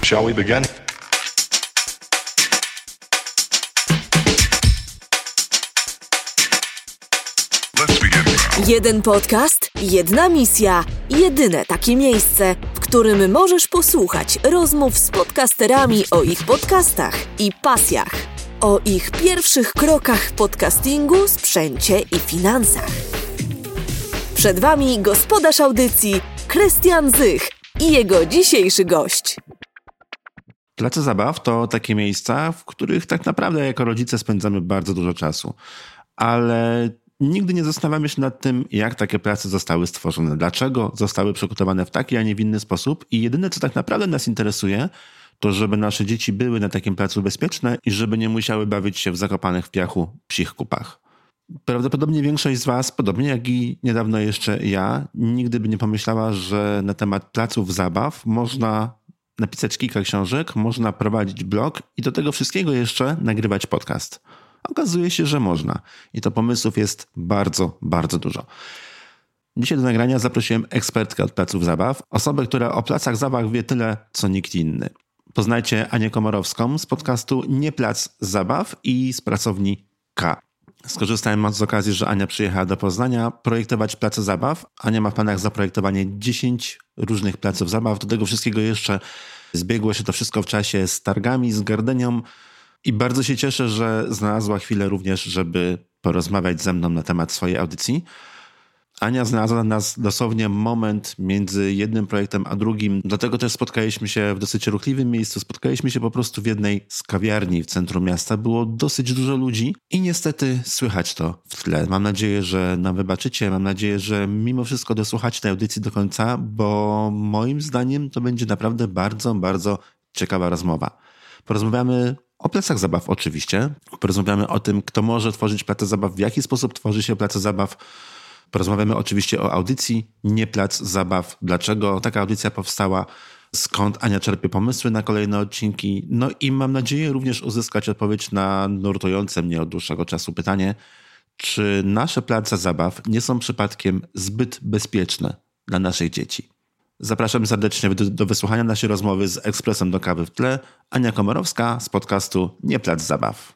Shall we begin? Jeden podcast, jedna misja, jedyne takie miejsce, w którym możesz posłuchać rozmów z podcasterami o ich podcastach i pasjach, o ich pierwszych krokach w podcastingu, sprzęcie i finansach. Przed Wami gospodarz audycji Krystian Zych i jego dzisiejszy gość. Place zabaw to takie miejsca, w których tak naprawdę jako rodzice spędzamy bardzo dużo czasu, ale nigdy nie zastanawiamy się nad tym, jak takie place zostały stworzone, dlaczego zostały przygotowane w taki, a nie w inny sposób i jedyne, co tak naprawdę nas interesuje, to żeby nasze dzieci były na takim placu bezpieczne i żeby nie musiały bawić się w zakopanych w piachu psich kupach. Prawdopodobnie większość z Was, podobnie jak i niedawno jeszcze ja, nigdy by nie pomyślała, że na temat placów zabaw można napisać kilka książek, można prowadzić blog i do tego wszystkiego jeszcze nagrywać podcast. Okazuje się, że można. I to pomysłów jest bardzo, bardzo dużo. Dzisiaj do nagrania zaprosiłem ekspertkę od placów zabaw, osobę, która o placach zabaw wie tyle, co nikt inny. Poznajcie Anię Komorowską z podcastu Nie Plac Zabaw i z pracowni K. Skorzystałem z okazji, że Ania przyjechała do Poznania projektować place zabaw. Ania ma w planach zaprojektowanie 10 różnych placów zabaw. Do tego wszystkiego jeszcze zbiegło się to wszystko w czasie z targami, z Gardenią i bardzo się cieszę, że znalazła chwilę również, żeby porozmawiać ze mną na temat swojej audycji. Ania znalazła dla nas dosłownie moment między jednym projektem a drugim. Dlatego też spotkaliśmy się w dosyć ruchliwym miejscu. Spotkaliśmy się po prostu w jednej z kawiarni w centrum miasta. Było dosyć dużo ludzi i niestety słychać to w tle. Mam nadzieję, że nam wybaczycie. Mam nadzieję, że mimo wszystko dosłuchacie tej audycji do końca, bo moim zdaniem to będzie naprawdę bardzo, bardzo ciekawa rozmowa. Porozmawiamy o placach zabaw oczywiście. Porozmawiamy o tym, kto może tworzyć place zabaw, w jaki sposób tworzy się place zabaw. Porozmawiamy oczywiście o audycji Nie Plac Zabaw. Dlaczego taka audycja powstała? Skąd Ania czerpie pomysły na kolejne odcinki? No i mam nadzieję również uzyskać odpowiedź na nurtujące mnie od dłuższego czasu pytanie, czy nasze place zabaw nie są przypadkiem zbyt bezpieczne dla naszych dzieci? Zapraszam serdecznie do wysłuchania naszej rozmowy z ekspresem do kawy w tle. Ania Komorowska z podcastu Nie Plac Zabaw.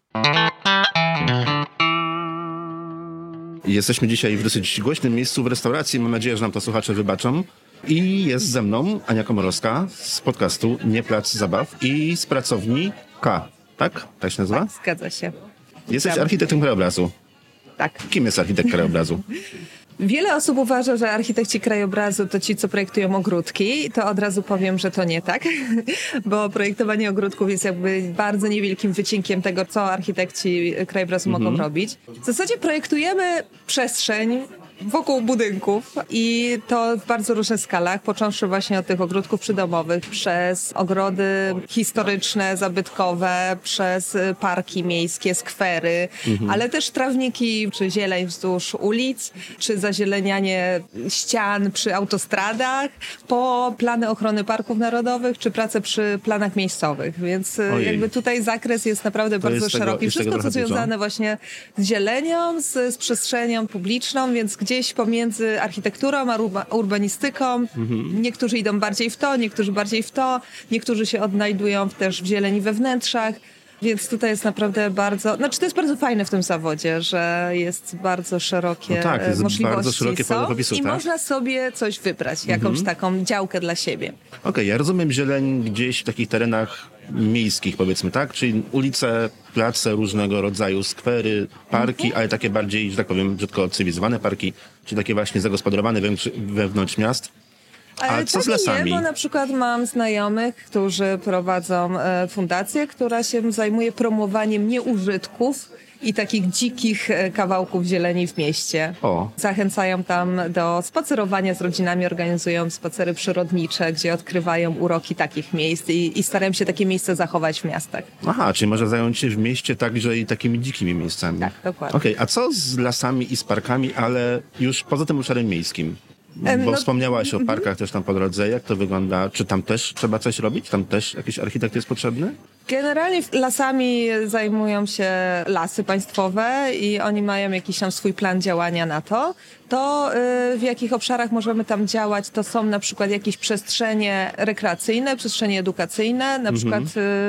Jesteśmy dzisiaj w dosyć głośnym miejscu w restauracji. Mam nadzieję, że nam to słuchacze wybaczą. I jest ze mną Ania Komorowska z podcastu Nie Plac Zabaw i z pracowni K. Tak? Tak się nazywa? Tak, zgadza się. Jesteś architektem krajobrazu. Tak. Kim jest architekt krajobrazu? Wiele osób uważa, że architekci krajobrazu to ci, co projektują ogródki. To od razu powiem, że to nie tak, bo projektowanie ogródków jest jakby bardzo niewielkim wycinkiem tego, co architekci krajobrazu mogą robić. W zasadzie projektujemy przestrzeń wokół budynków i to w bardzo różnych skalach, począwszy właśnie od tych ogródków przydomowych, przez ogrody historyczne, zabytkowe, przez parki miejskie, skwery, ale też trawniki czy zieleń wzdłuż ulic, czy zazielenianie ścian przy autostradach, po plany ochrony parków narodowych, czy pracę przy planach miejscowych. Więc jakby tutaj zakres jest naprawdę bardzo szeroki. Wszystko, co związane właśnie z zielenią, z przestrzenią publiczną, więc gdzieś pomiędzy architekturą a urbanistyką. Niektórzy idą bardziej w to, niektórzy bardziej w to, niektórzy się odnajdują też w zieleni we wnętrzach. Więc tutaj jest naprawdę bardzo... Znaczy to jest bardzo fajne w tym zawodzie, że jest bardzo szerokie jest możliwości bardzo szerokie pole popisu, i tak? można sobie coś wybrać, jakąś taką działkę dla siebie. Okej, ja rozumiem zieleń gdzieś w takich terenach miejskich, powiedzmy, tak? Czyli ulice, place różnego rodzaju, skwery, parki, ale takie bardziej, że tak powiem, brzydko cywilizowane parki, czy takie właśnie zagospodarowane wewnątrz miast. A co z lasami? Nie, bo na przykład mam znajomych, którzy prowadzą fundację, która się zajmuje promowaniem nieużytków i takich dzikich kawałków zieleni w mieście. Zachęcają tam do spacerowania z rodzinami, organizują spacery przyrodnicze, gdzie odkrywają uroki takich miejsc i starają się takie miejsca zachować w miastach. Aha, czyli może zająć się w mieście także i takimi dzikimi miejscami. Tak, dokładnie. Okej, a co z lasami i z parkami, ale już poza tym obszarem miejskim? Bo wspomniałaś o parkach też tam po drodze. Jak to wygląda? Czy tam też trzeba coś robić? Tam też jakiś architekt jest potrzebny? Generalnie lasami zajmują się Lasy Państwowe i oni mają jakiś tam swój plan działania na to. To w jakich obszarach możemy tam działać, to są na przykład jakieś przestrzenie rekreacyjne, przestrzenie edukacyjne. Na przykład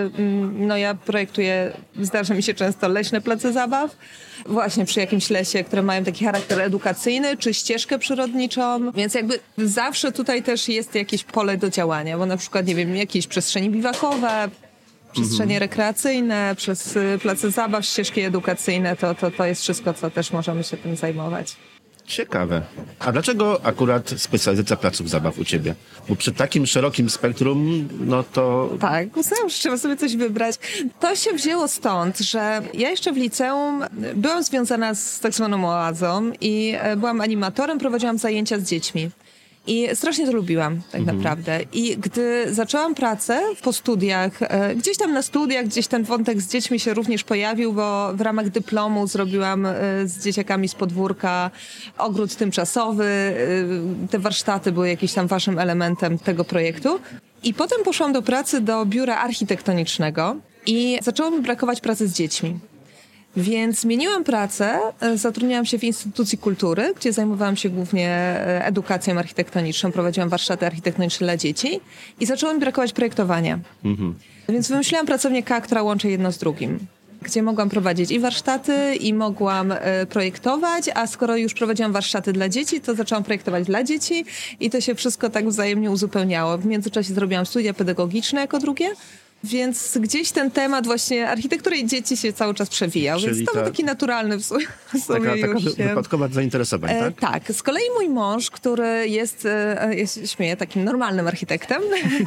ja projektuję, zdarza mi się często leśne place zabaw. Właśnie przy jakimś lesie, które mają taki charakter edukacyjny, czy ścieżkę przyrodniczą. Więc jakby zawsze tutaj też jest jakieś pole do działania, bo na przykład, nie wiem, jakieś przestrzenie biwakowe, przestrzenie rekreacyjne, przez place zabaw, ścieżki edukacyjne, to jest wszystko, co też możemy się tym zajmować. Ciekawe. A dlaczego akurat specjalizacja placów zabaw u ciebie? Bo przy takim szerokim spektrum, no to... Tak, trzeba sobie coś wybrać. To się wzięło stąd, że ja jeszcze w liceum byłam związana z tak zwaną oazą i byłam animatorem, prowadziłam zajęcia z dziećmi. I strasznie to lubiłam, tak naprawdę. I gdy zaczęłam pracę po studiach, gdzieś tam na studiach, gdzieś ten wątek z dziećmi się również pojawił, bo w ramach dyplomu zrobiłam z dzieciakami z podwórka ogród tymczasowy. Te warsztaty były jakimś tam ważnym elementem tego projektu. I potem poszłam do pracy do biura architektonicznego i zaczęło mi brakować pracy z dziećmi. Więc zmieniłam pracę, zatrudniałam się w instytucji kultury, gdzie zajmowałam się głównie edukacją architektoniczną, prowadziłam warsztaty architektoniczne dla dzieci i zaczęło mi brakować projektowania. Więc wymyśliłam pracownię, która łączy jedno z drugim, gdzie mogłam prowadzić i warsztaty, i mogłam projektować, a skoro już prowadziłam warsztaty dla dzieci, to zaczęłam projektować dla dzieci i to się wszystko tak wzajemnie uzupełniało. W międzyczasie zrobiłam studia pedagogiczne jako drugie. Więc gdzieś ten temat właśnie architektury i dzieci się cały czas przewijał, więc to był taki naturalny w sobie taka wypadkowa zainteresowań, tak? Tak. Z kolei mój mąż, który jest śmieję, takim normalnym architektem,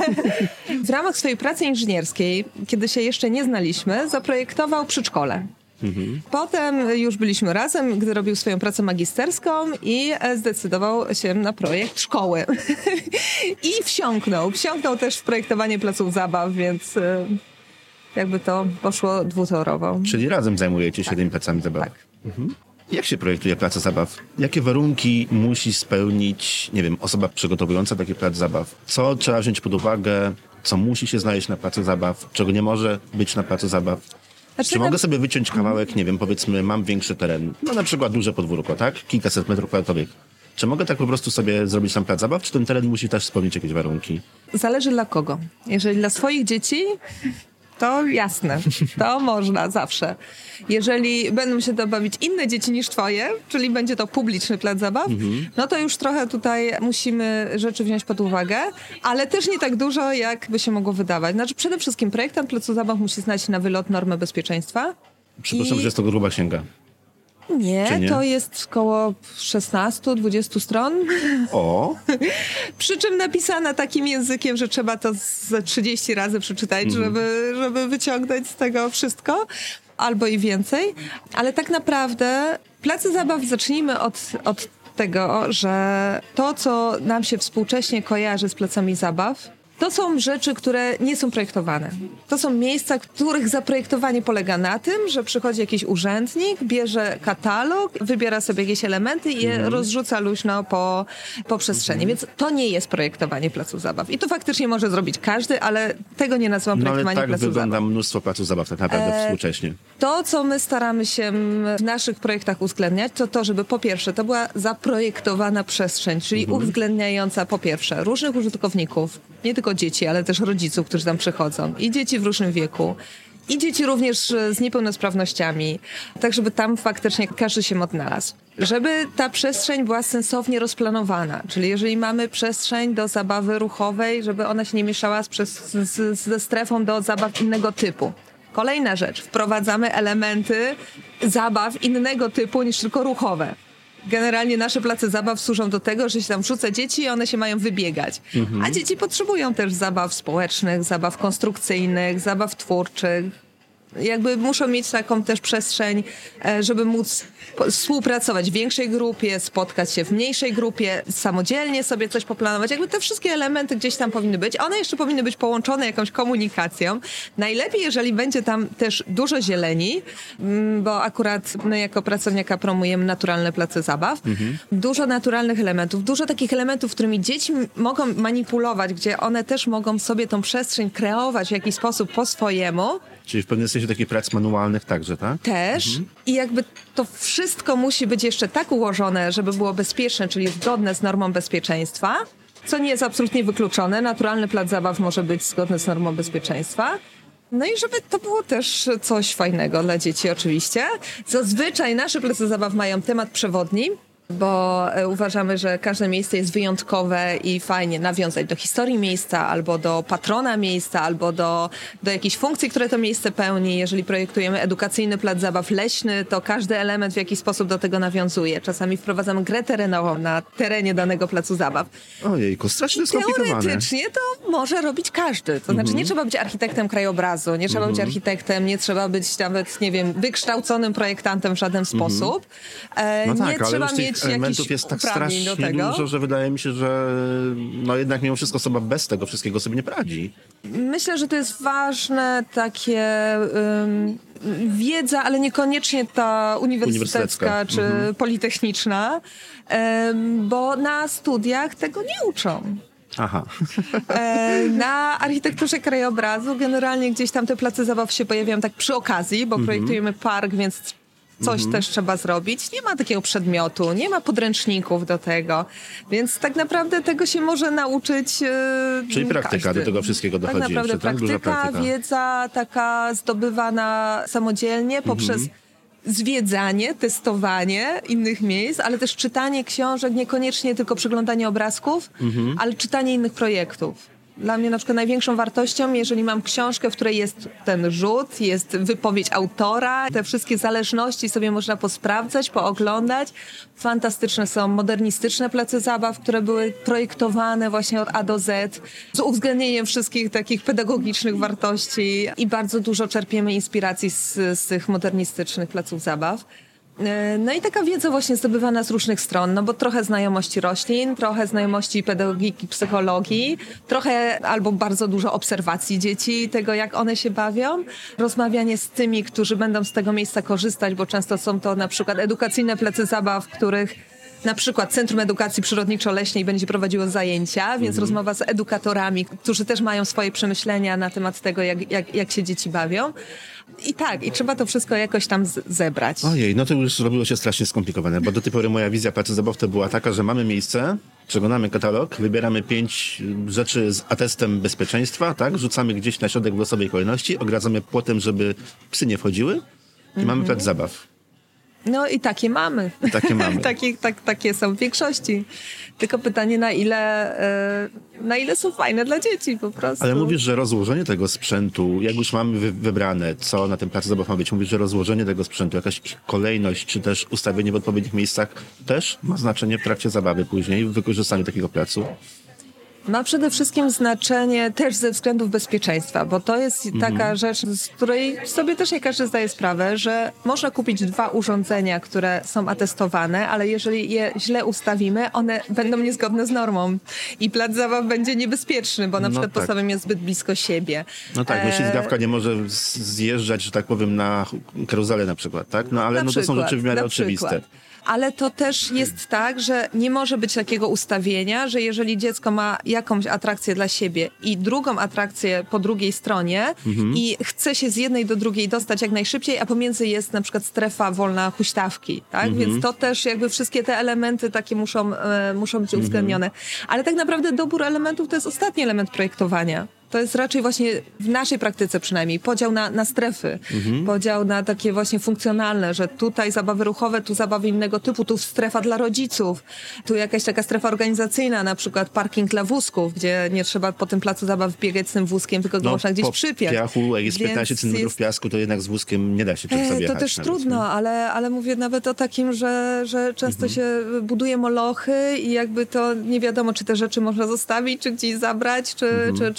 w ramach swojej pracy inżynierskiej, kiedy się jeszcze nie znaliśmy, zaprojektował przedszkole. Potem już byliśmy razem, gdy robił swoją pracę magisterską i zdecydował się na projekt szkoły. I wsiąknął też w projektowanie placów zabaw, więc jakby to poszło dwutorowo. Czyli razem zajmujecie się tymi placami zabaw. Tak. Jak się projektuje place zabaw? Jakie warunki musi spełnić, nie wiem, osoba przygotowująca taki plac zabaw? Co trzeba wziąć pod uwagę? Co musi się znaleźć na placu zabaw? Czego nie może być na placu zabaw? Czy mogę sobie wyciąć kawałek, nie wiem, powiedzmy, mam większy teren, no na przykład duże podwórko, tak? Kilkaset metrów kwadratowych. Czy mogę tak po prostu sobie zrobić tam plac zabaw, czy ten teren musi też spełnić jakieś warunki? Zależy dla kogo. Jeżeli dla swoich dzieci, to jasne, to można zawsze. Jeżeli będą się to bawić inne dzieci niż twoje, czyli będzie to publiczny plac zabaw, no to już trochę tutaj musimy rzeczy wziąć pod uwagę, ale też nie tak dużo, jak by się mogło wydawać. Znaczy przede wszystkim projektant placu zabaw musi znać na wylot normę bezpieczeństwa. Przypuszczam, że jest to gruba księga. Nie, to jest około 16-20 stron. O! Przy czym napisana takim językiem, że trzeba to ze 30 razy przeczytać, żeby wyciągnąć z tego wszystko, albo i więcej. Ale tak naprawdę place zabaw, zacznijmy od tego, że to, co nam się współcześnie kojarzy z placami zabaw, to są rzeczy, które nie są projektowane. To są miejsca, których zaprojektowanie polega na tym, że przychodzi jakiś urzędnik, bierze katalog, wybiera sobie jakieś elementy i je rozrzuca luźno po przestrzeni. Więc to nie jest projektowanie placów zabaw. I to faktycznie może zrobić każdy, ale tego nie nazywam projektowaniem placów zabaw. Ale tak wygląda mnóstwo placów zabaw tak naprawdę współcześnie. To, co my staramy się w naszych projektach uwzględniać, to żeby po pierwsze to była zaprojektowana przestrzeń, czyli uwzględniająca po pierwsze różnych użytkowników, nie tylko dzieci, ale też rodziców, którzy tam przychodzą. I dzieci w różnym wieku. I dzieci również z niepełnosprawnościami. Tak, żeby tam faktycznie każdy się odnalazł. Żeby ta przestrzeń była sensownie rozplanowana. Czyli jeżeli mamy przestrzeń do zabawy ruchowej, żeby ona się nie mieszała ze strefą do zabaw innego typu. Kolejna rzecz. Wprowadzamy elementy zabaw innego typu niż tylko ruchowe. Generalnie nasze place zabaw służą do tego, że się tam wrzuca dzieci i one się mają wybiegać. A dzieci potrzebują też zabaw społecznych, zabaw konstrukcyjnych, zabaw twórczych. Jakby muszą mieć taką też przestrzeń, żeby móc współpracować w większej grupie, spotkać się w mniejszej grupie, samodzielnie sobie coś poplanować. Jakby te wszystkie elementy gdzieś tam powinny być. One jeszcze powinny być połączone jakąś komunikacją. Najlepiej, jeżeli będzie tam też dużo zieleni, bo akurat my jako pracowniaka promujemy naturalne place zabaw. Dużo naturalnych elementów, dużo takich elementów, którymi dzieci mogą manipulować, gdzie one też mogą sobie tą przestrzeń kreować w jakiś sposób po swojemu. Czyli w pewnym sensie takich prac manualnych także, tak? Też. I jakby to wszystko musi być jeszcze tak ułożone, żeby było bezpieczne, czyli zgodne z normą bezpieczeństwa, co nie jest absolutnie wykluczone. Naturalny plac zabaw może być zgodny z normą bezpieczeństwa. No i żeby to było też coś fajnego dla dzieci oczywiście. Zazwyczaj nasze place zabaw mają temat przewodni, bo uważamy, że każde miejsce jest wyjątkowe i fajnie nawiązać do historii miejsca, albo do patrona miejsca, albo do jakichś funkcji, które to miejsce pełni. Jeżeli projektujemy edukacyjny plac zabaw leśny, to każdy element w jakiś sposób do tego nawiązuje. Czasami wprowadzamy grę terenową na terenie danego placu zabaw. Ojejku, strasznie skomplikowane. Teoretycznie to może robić każdy. To znaczy nie trzeba być architektem krajobrazu, nie trzeba być architektem, nie trzeba być nawet, nie wiem, wykształconym projektantem w żaden sposób. No tak, nie trzeba mieć elementów jest tak strasznie dużo, że wydaje mi się, że no jednak mimo wszystko osoba bez tego wszystkiego sobie nie poradzi. Myślę, że to jest ważne takie wiedza, ale niekoniecznie ta uniwersytecka czy politechniczna, bo na studiach tego nie uczą. Aha. Na architekturze krajobrazu generalnie gdzieś tam te place zabaw się pojawiają tak przy okazji, bo projektujemy park, więc coś też trzeba zrobić. Nie ma takiego przedmiotu, nie ma podręczników do tego, więc tak naprawdę tego się może nauczyć Czyli praktyka każdy. do tego wszystkiego dochodzi. Tak naprawdę jeszcze, tak? Duża praktyka. Wiedza taka zdobywana samodzielnie poprzez zwiedzanie, testowanie innych miejsc, ale też czytanie książek, niekoniecznie tylko przeglądanie obrazków, ale czytanie innych projektów. Dla mnie na przykład największą wartością, jeżeli mam książkę, w której jest ten rzut, jest wypowiedź autora, te wszystkie zależności sobie można posprawdzać, pooglądać. Fantastyczne są modernistyczne place zabaw, które były projektowane właśnie od A do Z, z uwzględnieniem wszystkich takich pedagogicznych wartości i bardzo dużo czerpiemy inspiracji z tych modernistycznych placów zabaw. No i taka wiedza właśnie zdobywana z różnych stron, no bo trochę znajomości roślin, trochę znajomości pedagogiki, psychologii, trochę albo bardzo dużo obserwacji dzieci, tego jak one się bawią, rozmawianie z tymi, którzy będą z tego miejsca korzystać, bo często są to na przykład edukacyjne place zabaw, w których na przykład Centrum Edukacji Przyrodniczo-Leśnej będzie prowadziło zajęcia, więc rozmowa z edukatorami, którzy też mają swoje przemyślenia na temat tego, jak się dzieci bawią. I tak, i trzeba to wszystko jakoś tam zebrać. Ojej, no to już zrobiło się strasznie skomplikowane, bo do tej pory moja wizja placu zabaw to była taka, że mamy miejsce, przeglądamy katalog, wybieramy 5 rzeczy z atestem bezpieczeństwa, tak? Rzucamy gdzieś na środek w losowej kolejności, ogradzamy płotem, żeby psy nie wchodziły i mamy plac zabaw. No i takie mamy. Takie mamy. Takie są w większości. Tylko pytanie, na ile są fajne dla dzieci po prostu. Ale mówisz, że rozłożenie tego sprzętu, jak już mamy wybrane, co na tym placu zabaw ma być, mówisz, że rozłożenie tego sprzętu, jakaś kolejność, czy też ustawienie w odpowiednich miejscach też ma znaczenie w trakcie zabawy później, w wykorzystaniu takiego placu? Ma przede wszystkim znaczenie też ze względów bezpieczeństwa, bo to jest taka rzecz, z której sobie też nie każdy zdaje sprawę, że można kupić 2 urządzenia, które są atestowane, ale jeżeli je źle ustawimy, one będą niezgodne z normą i plac zabaw będzie niebezpieczny, bo na przykład postawimy je zbyt blisko siebie. No tak, bo ślizgawka nie może zjeżdżać, że tak powiem, na karuzelę na przykład, tak? No ale to są rzeczy w miarę oczywiste. Ale to też jest tak, że nie może być takiego ustawienia, że jeżeli dziecko ma jakąś atrakcję dla siebie i drugą atrakcję po drugiej stronie i chce się z jednej do drugiej dostać jak najszybciej, a pomiędzy jest na przykład strefa wolna huśtawki, tak? Więc to też jakby wszystkie te elementy takie muszą być uwzględnione. Ale tak naprawdę dobór elementów to jest ostatni element projektowania. To jest raczej właśnie w naszej praktyce przynajmniej podział na strefy, podział na takie właśnie funkcjonalne, że tutaj zabawy ruchowe, tu zabawy innego typu, tu strefa dla rodziców, tu jakaś taka strefa organizacyjna, na przykład parking dla wózków, gdzie nie trzeba po tym placu zabaw biegać z tym wózkiem, tylko go można gdzieś przypiąć. Po piachu, jak jest 15 cm piasku, to jednak z wózkiem nie da się czymś sobie To też trudno, ale mówię nawet o takim, że często się buduje molochy i jakby to nie wiadomo, czy te rzeczy można zostawić, czy gdzieś zabrać, czy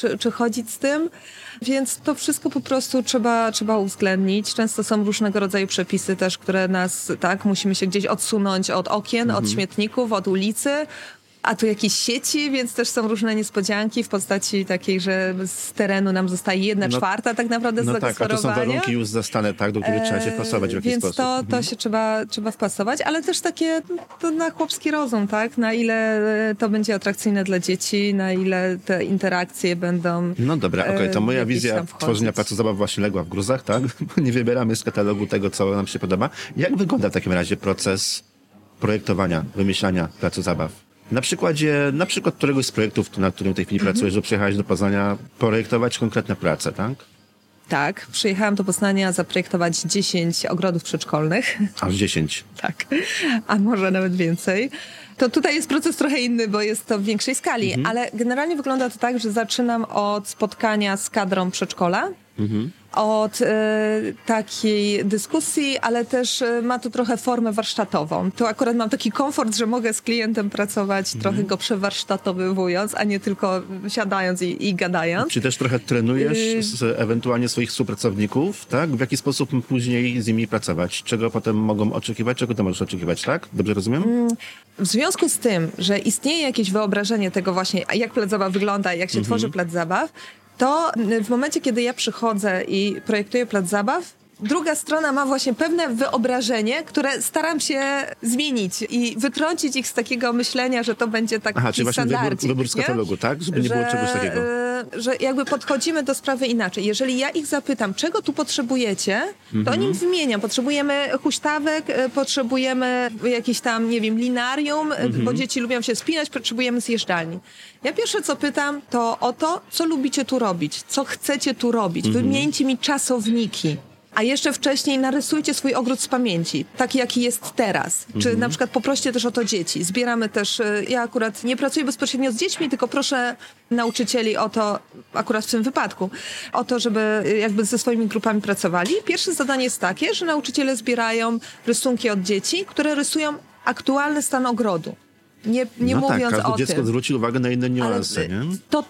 pochodzić z tym, więc to wszystko po prostu trzeba uwzględnić. Często są różnego rodzaju przepisy też, które nas, tak, musimy się gdzieś odsunąć od okien, od śmietników, od ulicy, a tu jakieś sieci, więc też są różne niespodzianki w postaci takiej, że z terenu nam zostaje 1/4 tak naprawdę z zagospodarowania. Tak, a to są warunki już zastane, tak, do których trzeba się wpasować w jakiś sposób. Więc to się trzeba wpasować, ale też takie to na chłopski rozum, tak? Na ile to będzie atrakcyjne dla dzieci, na ile te interakcje będą. No dobra, okej, to moja wizja tworzenia placu zabaw właśnie legła w gruzach, tak? Nie wybieramy z katalogu tego, co nam się podoba. Jak wygląda w takim razie proces projektowania, wymyślania placu zabaw? Na przykład któregoś z projektów, nad którym w tej chwili pracujesz, że przyjechałaś do Poznania projektować konkretne prace, tak? Tak, przyjechałam do Poznania zaprojektować 10 ogrodów przedszkolnych. Aż 10. Tak, a może nawet więcej. To tutaj jest proces trochę inny, bo jest to w większej skali, ale generalnie wygląda to tak, że zaczynam od spotkania z kadrą przedszkola, od takiej dyskusji, ale też ma to trochę formę warsztatową. Tu akurat mam taki komfort, że mogę z klientem pracować, trochę go przewarsztatowywując, a nie tylko siadając i gadając. Czy też trochę trenujesz ewentualnie swoich współpracowników, tak? W jaki sposób później z nimi pracować? Czego potem mogą oczekiwać? Czego ty możesz oczekiwać, tak? Dobrze rozumiem? W związku z tym, że istnieje jakieś wyobrażenie tego właśnie, jak plac zabaw wygląda, jak się tworzy plac zabaw, to w momencie, kiedy ja przychodzę i projektuję plac zabaw, druga strona ma właśnie pewne wyobrażenie, które staram się zmienić i wytrącić ich z takiego myślenia, że to będzie taki standardzik. Czyli wybór z katalogu, tak? Żeby nie było czegoś takiego. Że jakby podchodzimy do sprawy inaczej. Jeżeli ja ich zapytam, czego tu potrzebujecie, to oni im wymieniam. Potrzebujemy huśtawek, potrzebujemy jakieś tam, nie wiem, linarium, bo dzieci lubią się spinać, potrzebujemy zjeżdżalni. Ja pierwsze, co pytam, to o to, co lubicie tu robić, co chcecie tu robić. Wymieńcie mi czasowniki. A jeszcze wcześniej narysujcie swój ogród z pamięci, taki jaki jest teraz. Czy na przykład poproście też o to dzieci. Zbieramy też, ja akurat nie pracuję bezpośrednio z dziećmi, tylko proszę nauczycieli o to, akurat w tym wypadku, o to, żeby jakby ze swoimi grupami pracowali. Pierwsze zadanie jest takie, że nauczyciele zbierają rysunki od dzieci, które rysują aktualny stan ogrodu. Nie mówiąc każde o tym. dziecko zwróci uwagę na inne niuanse, nie?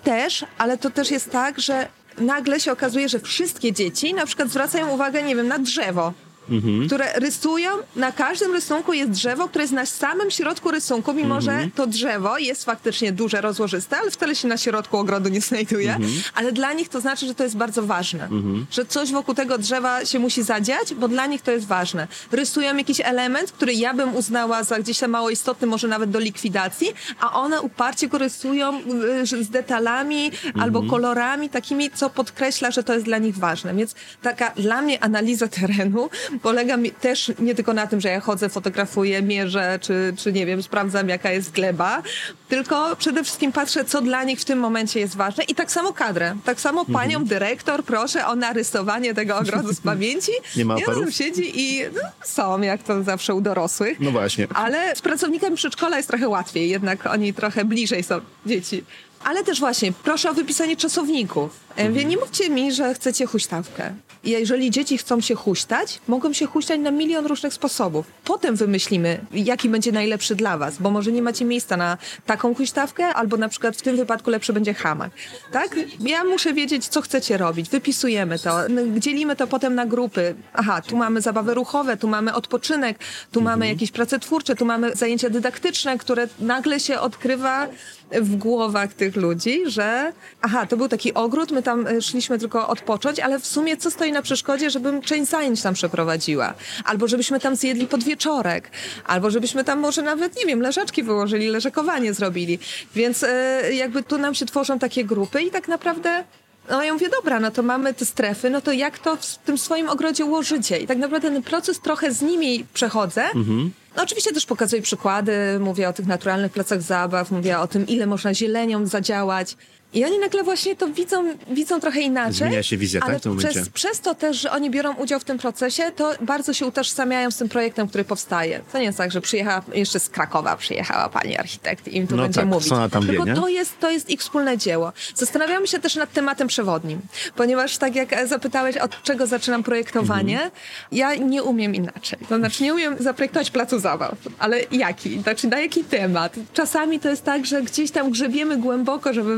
To też jest tak, że nagle się okazuje, że wszystkie dzieci na przykład zwracają uwagę, nie wiem, na drzewo, które rysują, na każdym rysunku jest drzewo, które jest na samym środku rysunku, mimo że to drzewo jest faktycznie duże, rozłożyste, ale wcale się na środku ogrodu nie znajduje, ale dla nich to znaczy, że to jest bardzo ważne, że coś wokół tego drzewa się musi zadziać, bo dla nich to jest ważne. Rysują jakiś element, który ja bym uznała za gdzieś tam mało istotny, może nawet do likwidacji, a one uparcie go rysują z detalami albo kolorami takimi, co podkreśla, że to jest dla nich ważne. Więc taka dla mnie analiza terenu polega też nie tylko na tym, że ja chodzę, fotografuję, mierzę, czy nie wiem, sprawdzam, jaka jest gleba, tylko przede wszystkim patrzę, co dla nich w tym momencie jest ważne i tak samo kadrę. Tak samo panią dyrektor proszę o narysowanie tego ogrodu z pamięci. Nie ma i on tam siedzi i są, jak to zawsze u dorosłych. No właśnie. Ale z pracownikami przedszkola jest trochę łatwiej, jednak oni trochę bliżej są dzieci. Ale też właśnie, proszę o wypisanie czasowników. Nie mówcie mi, że chcecie huśtawkę. Jeżeli dzieci chcą się huśtać, mogą się huśtać na milion różnych sposobów. Potem wymyślimy, jaki będzie najlepszy dla was, bo może nie macie miejsca na taką huśtawkę, albo na przykład w tym wypadku lepszy będzie hamak. Tak? Ja muszę wiedzieć, co chcecie robić. Wypisujemy to, dzielimy to potem na grupy. Aha, tu mamy zabawy ruchowe, tu mamy odpoczynek, tu mamy jakieś prace twórcze, tu mamy zajęcia dydaktyczne, które nagle się odkrywa w głowach tych ludzi, że aha, to był taki ogród, my tam szliśmy tylko odpocząć, ale w sumie co stoi na przeszkodzie, żebym część zajęć tam przeprowadziła? Albo żebyśmy tam zjedli podwieczorek, albo żebyśmy tam może nawet, nie wiem, leżaczki wyłożyli, leżakowanie zrobili. Więc jakby tu nam się tworzą takie grupy i tak naprawdę no ja mówię, dobra, no to mamy te strefy, no to jak to w tym swoim ogrodzie ułożycie? I tak naprawdę ten proces trochę z nimi przechodzę. No oczywiście też pokazuję przykłady, mówię o tych naturalnych placach zabaw, mówię o tym, ile można zielenią zadziałać. I oni nagle właśnie to widzą trochę inaczej. Zmienia się wizja, ale tak? W tym momencie. Przez to też, że oni biorą udział w tym procesie, to bardzo się utożsamiają z tym projektem, który powstaje. To nie jest tak, że jeszcze z Krakowa przyjechała pani architekt i im tu będzie mówić. Co ona tam tylko wie, nie? to jest ich wspólne dzieło. Zastanawiamy się też nad tematem przewodnim, ponieważ tak jak zapytałeś, od czego zaczynam projektowanie, ja nie umiem inaczej. To znaczy nie umiem zaprojektować placu zabaw, ale jaki? Znaczy na jaki temat? Czasami to jest tak, że gdzieś tam grzebiemy głęboko, żeby wyciągnąć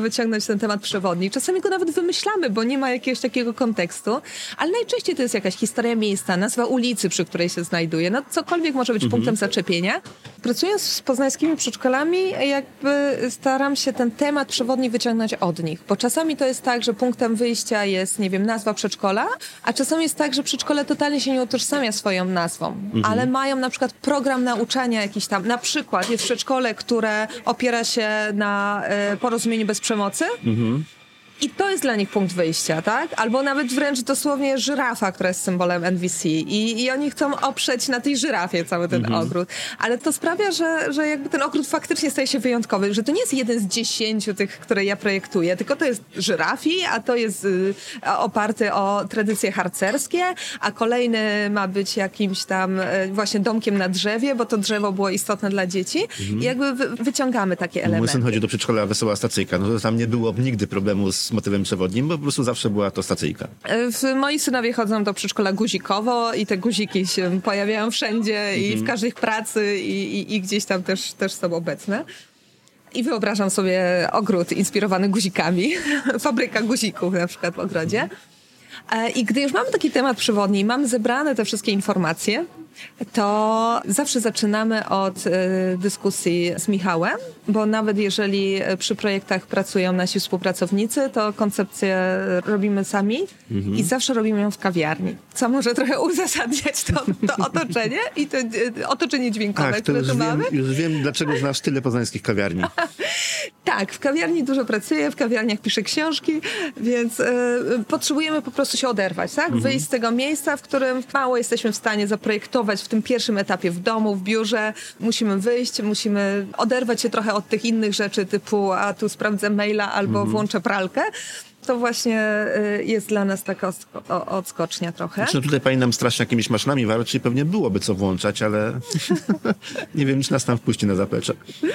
wejść w ten temat przewodni. Czasami go nawet wymyślamy, bo nie ma jakiegoś takiego kontekstu, ale najczęściej to jest jakaś historia miejsca, nazwa ulicy, przy której się znajduje. No cokolwiek może być punktem zaczepienia. Pracując z poznańskimi przedszkolami, jakby staram się ten temat przewodni wyciągnąć od nich, bo czasami to jest tak, że punktem wyjścia jest, nie wiem, nazwa przedszkola, a czasami jest tak, że przedszkole totalnie się nie utożsamia swoją nazwą, ale mają na przykład program nauczania jakiś tam, na przykład jest przedszkole, które opiera się na porozumieniu bez przemocy. I to jest dla nich punkt wyjścia, tak? Albo nawet wręcz dosłownie żyrafa, która jest symbolem NVC. I oni chcą oprzeć na tej żyrafie cały ten ogród. Ale to sprawia, że jakby ten ogród faktycznie staje się wyjątkowy, że to nie jest jeden z 10 tych, które ja projektuję, tylko to jest żyrafi, a to jest oparty o tradycje harcerskie, a kolejny ma być jakimś tam właśnie domkiem na drzewie, bo to drzewo było istotne dla dzieci. I jakby wyciągamy takie elementy. Mój syn chodzi do przedszkola Wesoła Stacyjka. No to tam nie było nigdy problemu z motywem przewodnim, bo po prostu zawsze była to stacyjka. Moi synowie chodzą do przedszkola guzikowo i te guziki się pojawiają wszędzie i w każdej pracy i gdzieś tam też są obecne. I wyobrażam sobie ogród inspirowany guzikami. Fabryka guzików na przykład w ogrodzie. I gdy już mamy taki temat przewodni i mamy zebrane te wszystkie informacje, to zawsze zaczynamy od dyskusji z Michałem, bo nawet jeżeli przy projektach pracują nasi współpracownicy, to koncepcję robimy sami i zawsze robimy ją w kawiarni, co może trochę uzasadniać to otoczenie i to otoczenie dźwiękowe, które tu mamy. Już wiem, dlaczego znasz tyle poznańskich kawiarni. Tak, w kawiarni dużo pracuję, w kawiarniach piszę książki, więc potrzebujemy po prostu się oderwać, tak? Wyjść z tego miejsca, w którym mało jesteśmy w stanie zaprojektować w tym pierwszym etapie w domu, w biurze. Musimy wyjść, musimy oderwać się trochę od tych innych rzeczy typu a tu sprawdzę maila albo włączę pralkę. To właśnie jest dla nas taka odskocznia trochę. Znaczy, no tutaj pani nam strasznie jakimiś maszynami walczy i pewnie byłoby co włączać, ale nie wiem, czy nas tam wpuści na zaplecze.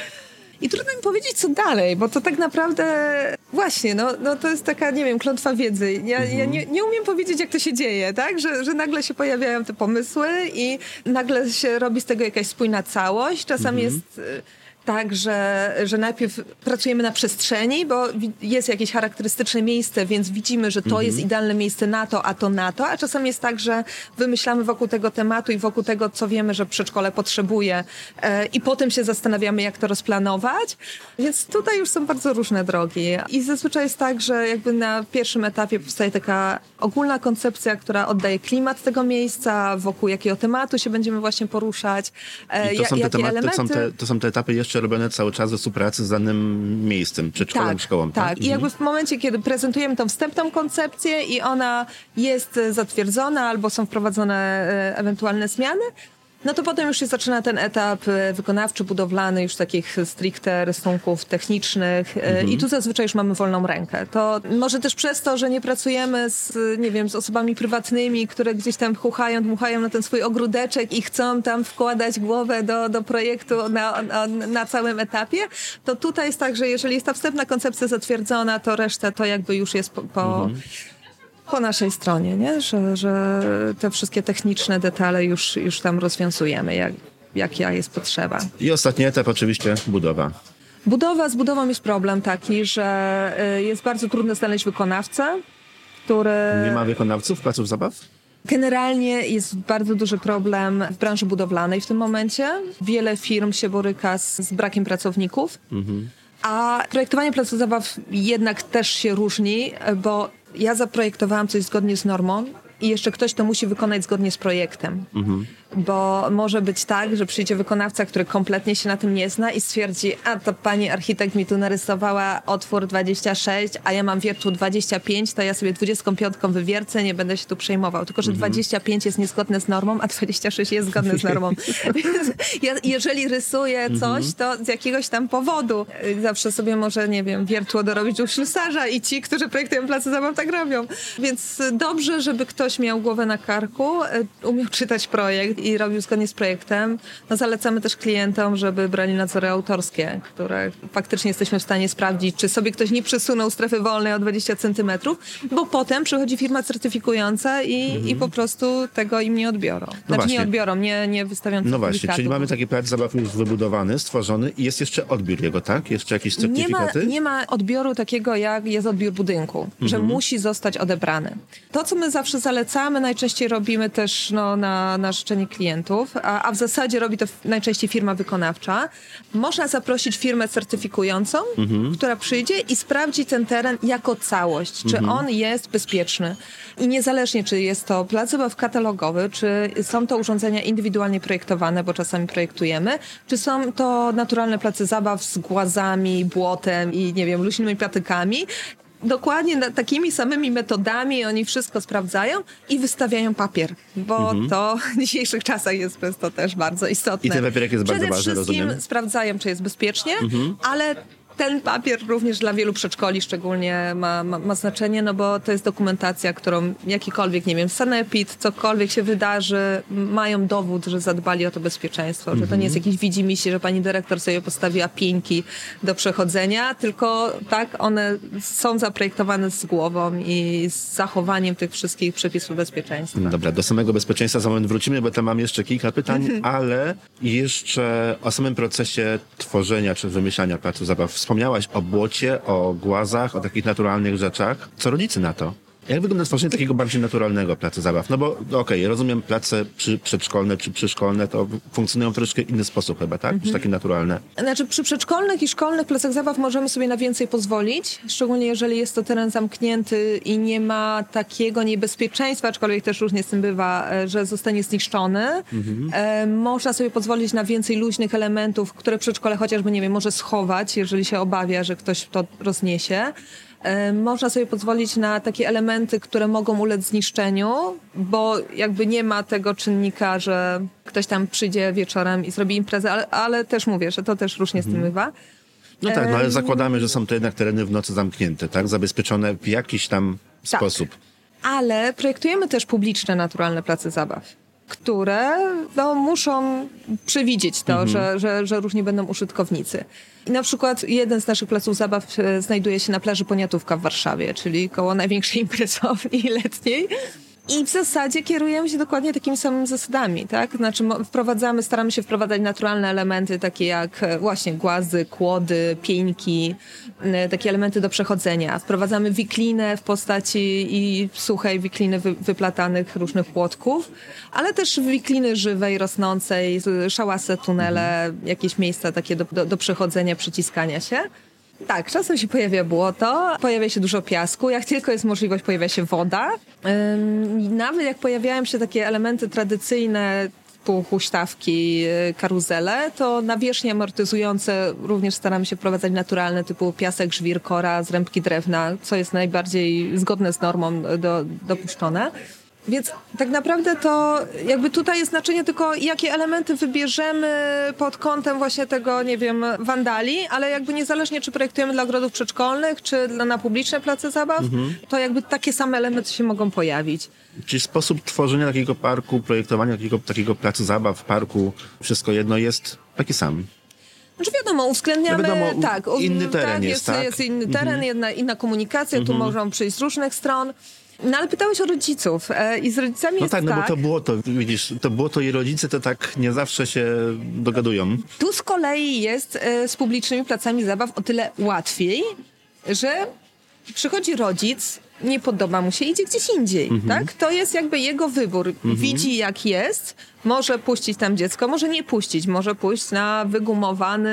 I trudno mi powiedzieć, co dalej, bo to tak naprawdę właśnie, no to jest taka, nie wiem, klątwa wiedzy. Ja nie umiem powiedzieć, jak to się dzieje, tak? Że nagle się pojawiają te pomysły i nagle się robi z tego jakaś spójna całość. Czasami jest tak, że najpierw pracujemy na przestrzeni, bo jest jakieś charakterystyczne miejsce, więc widzimy, że to jest idealne miejsce na to, a to na to, a czasami jest tak, że wymyślamy wokół tego tematu i wokół tego, co wiemy, że przedszkole potrzebuje i potem się zastanawiamy, jak to rozplanować. Więc tutaj już są bardzo różne drogi i zazwyczaj jest tak, że jakby na pierwszym etapie powstaje taka ogólna koncepcja, która oddaje klimat tego miejsca, wokół jakiego tematu się będziemy właśnie poruszać, I to są te tematy, to są te etapy jeszcze robione cały czas we współpracy z danym miejscem, przedszkolem, szkołą. Tak. I jakby w momencie, kiedy prezentujemy tą wstępną koncepcję i ona jest zatwierdzona albo są wprowadzone ewentualne zmiany, no to potem już się zaczyna ten etap wykonawczy, budowlany, już takich stricte rysunków technicznych i tu zazwyczaj już mamy wolną rękę. To może też przez to, że nie pracujemy z osobami prywatnymi, które gdzieś tam dmuchają na ten swój ogródeczek i chcą tam wkładać głowę do projektu na całym etapie, to tutaj jest tak, że jeżeli jest ta wstępna koncepcja zatwierdzona, to reszta to jakby już jest po naszej stronie, nie? Że te wszystkie techniczne detale już tam rozwiązujemy, jaka jest potrzeba. I ostatni etap oczywiście budowa. Z budową jest problem taki, że jest bardzo trudno znaleźć wykonawcę, który... Nie ma wykonawców placów zabaw? Generalnie jest bardzo duży problem w branży budowlanej w tym momencie. Wiele firm się boryka z brakiem pracowników. A projektowanie placu zabaw jednak też się różni, bo ja zaprojektowałam coś zgodnie z normą i jeszcze ktoś to musi wykonać zgodnie z projektem. Bo może być tak, że przyjdzie wykonawca, który kompletnie się na tym nie zna i stwierdzi, a to pani architekt mi tu narysowała otwór 26, a ja mam wiertło 25, to ja sobie 25 wywiercę, nie będę się tu przejmował. Tylko, że 25 jest niezgodne z normą, a 26 jest zgodne z normą. Więc jeżeli rysuję coś, to z jakiegoś tam powodu. Zawsze sobie może, nie wiem, wiertło dorobić u ślusarza i ci, którzy projektują place zabaw, tak robią. Więc dobrze, żeby ktoś miał głowę na karku, umiał czytać projekt i robił zgodnie z projektem. No zalecamy też klientom, żeby brali nadzory autorskie, które faktycznie jesteśmy w stanie sprawdzić, czy sobie ktoś nie przesunął strefy wolnej o 20 centymetrów, bo potem przychodzi firma certyfikująca i po prostu tego im nie odbiorą. Nie odbiorą, nie wystawią certyfikatu. No właśnie, czyli mamy taki plac zabaw już wybudowany, stworzony i jest jeszcze odbiór jego, tak? Jeszcze jakieś certyfikaty? Nie ma odbioru takiego, jak jest odbiór budynku, że musi zostać odebrany. To, co my zawsze zalecamy, najczęściej robimy też na życzenie klientów, a w zasadzie robi to najczęściej firma wykonawcza. Można zaprosić firmę certyfikującą, która przyjdzie i sprawdzi ten teren jako całość, czy on jest bezpieczny. I niezależnie, czy jest to plac zabaw katalogowy, czy są to urządzenia indywidualnie projektowane, bo czasami projektujemy, czy są to naturalne place zabaw z głazami, błotem i, nie wiem, luźnymi patykami. Dokładnie takimi samymi metodami oni wszystko sprawdzają i wystawiają papier, bo to w dzisiejszych czasach jest przez to też bardzo istotne. I ten papierek jest bardzo ważny, rozumiem. Przede wszystkim sprawdzają, czy jest bezpiecznie, ale ten papier również dla wielu przedszkoli szczególnie ma znaczenie, no bo to jest dokumentacja, którą jakikolwiek, nie wiem, sanepid, cokolwiek się wydarzy, mają dowód, że zadbali o to bezpieczeństwo, że to nie jest jakiś widzimisię, że pani dyrektor sobie postawiła pieńki do przechodzenia, tylko tak, one są zaprojektowane z głową i z zachowaniem tych wszystkich przepisów bezpieczeństwa. No dobra, do samego bezpieczeństwa za moment wrócimy, bo tam mam jeszcze kilka pytań, ale jeszcze o samym procesie tworzenia czy wymyślania placu zabaw. Wspomniałaś o błocie, o głazach, o takich naturalnych rzeczach. Co rodzice na to? Jak wygląda tworzenie takiego bardziej naturalnego placu zabaw? No bo okej, rozumiem, place przedszkolne czy przyszkolne to funkcjonują w troszeczkę inny sposób chyba, tak? Niż takie naturalne. Znaczy przy przedszkolnych i szkolnych placach zabaw możemy sobie na więcej pozwolić, szczególnie jeżeli jest to teren zamknięty i nie ma takiego niebezpieczeństwa, aczkolwiek też różnie z tym bywa, że zostanie zniszczony. Można sobie pozwolić na więcej luźnych elementów, które przedszkole chociażby, nie wiem, może schować, jeżeli się obawia, że ktoś to rozniesie. Można sobie pozwolić na takie elementy, które mogą ulec zniszczeniu, bo jakby nie ma tego czynnika, że ktoś tam przyjdzie wieczorem i zrobi imprezę, ale też mówię, że to też różnie z tym bywa. No tak, no ale zakładamy, że są to jednak tereny w nocy zamknięte, tak? Zabezpieczone w jakiś tam sposób. Ale projektujemy też publiczne, naturalne place zabaw, które muszą przewidzieć to, że różni będą użytkownicy. I na przykład jeden z naszych placów zabaw znajduje się na plaży Poniatówka w Warszawie, czyli koło największej imprezowni letniej. I w zasadzie kierujemy się dokładnie takimi samymi zasadami, tak? Znaczy staramy się wprowadzać naturalne elementy, takie jak właśnie głazy, kłody, pieńki, takie elementy do przechodzenia. Wprowadzamy wiklinę w postaci i suchej wikliny wyplatanych różnych płotków, ale też wikliny żywej, rosnącej, szałasy, tunele, jakieś miejsca takie do przechodzenia, przyciskania się. Tak, czasem się pojawia błoto, pojawia się dużo piasku, jak tylko jest możliwość, pojawia się woda. Nawet jak pojawiają się takie elementy tradycyjne, typu huśtawki, karuzele, to nawierzchnie amortyzujące również staramy się wprowadzać naturalne, typu piasek, żwir, kora, zrębki drewna, co jest najbardziej zgodne z normą dopuszczone. Więc tak naprawdę to jakby tutaj jest znaczenie tylko, jakie elementy wybierzemy pod kątem właśnie tego, nie wiem, wandali, ale jakby niezależnie, czy projektujemy dla ogrodów przedszkolnych, czy na publiczne place zabaw, to jakby takie same elementy się mogą pojawić. Czyli sposób tworzenia takiego parku, projektowania takiego placu zabaw, parku, wszystko jedno jest taki sam. Znaczy wiadomo, uwzględniamy... Inny teren jest, tak? Jest inny teren, inna komunikacja, tu mogą przyjść z różnych stron. No ale pytałeś o rodziców i z rodzicami jest tak. No bo to błoto, widzisz, to błoto i rodzice to tak nie zawsze się dogadują. Tu z kolei jest z publicznymi placami zabaw o tyle łatwiej, że przychodzi rodzic, nie podoba mu się, idzie gdzieś indziej, tak? To jest jakby jego wybór. Widzi jak jest, może puścić tam dziecko, może nie puścić, może pójść na wygumowany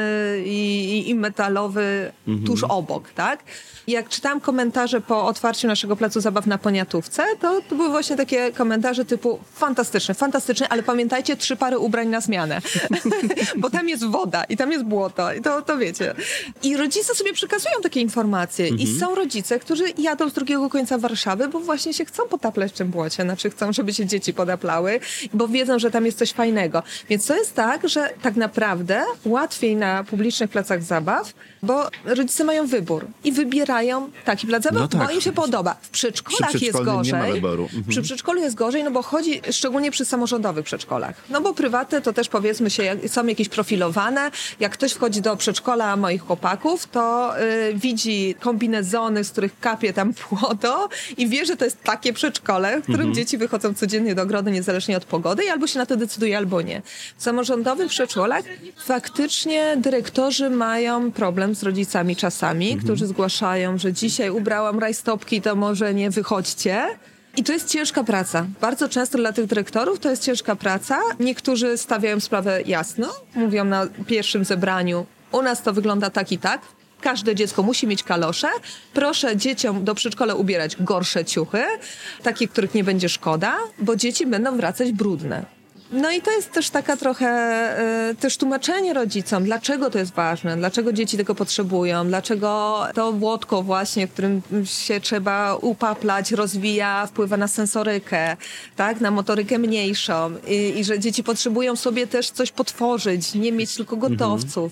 i metalowy tuż obok, tak? Jak czytałam komentarze po otwarciu naszego placu zabaw na Poniatówce, to były właśnie takie komentarze typu fantastyczny, ale pamiętajcie, 3 pary ubrań na zmianę. Bo tam jest woda i tam jest błoto i to wiecie. I rodzice sobie przekazują takie informacje i są rodzice, którzy jadą z drugiego końca Warszawy, bo właśnie się chcą potaplać w tym błocie, znaczy chcą, żeby się dzieci potaplały, bo wiedzą, że tam jest coś fajnego. Więc to jest tak, że tak naprawdę łatwiej na publicznych placach zabaw, bo rodzice mają wybór i wybierają taki plac zabaw, bo im się podoba. W przedszkolach jest gorzej. Nie ma wyboru. Przy przedszkolu jest gorzej, no bo chodzi szczególnie przy samorządowych przedszkolach. No bo prywatne to też powiedzmy się są jakieś profilowane. Jak ktoś wchodzi do przedszkola moich chłopaków, to widzi kombinezony, z których kapie tam błoto i wie, że to jest takie przedszkole, w którym dzieci wychodzą codziennie do ogrodu niezależnie od pogody i albo się na to decyduje, albo nie. W samorządowych przedszkolach faktycznie dyrektorzy mają problem z rodzicami czasami, którzy zgłaszają, że dzisiaj ubrałam rajstopki, to może nie wychodźcie. I to jest ciężka praca. Bardzo często dla tych dyrektorów to jest ciężka praca. Niektórzy stawiają sprawę jasno, mówią na pierwszym zebraniu, u nas to wygląda tak i tak. Każde dziecko musi mieć kalosze. Proszę dzieciom do przedszkola ubierać gorsze ciuchy, takie, których nie będzie szkoda, bo dzieci będą wracać brudne. No i to jest też taka trochę też tłumaczenie rodzicom, dlaczego to jest ważne, dlaczego dzieci tego potrzebują, dlaczego to błotko właśnie, w którym się trzeba upaplać, rozwija, wpływa na sensorykę, tak, na motorykę mniejszą i że dzieci potrzebują sobie też coś potworzyć, nie mieć tylko gotowców.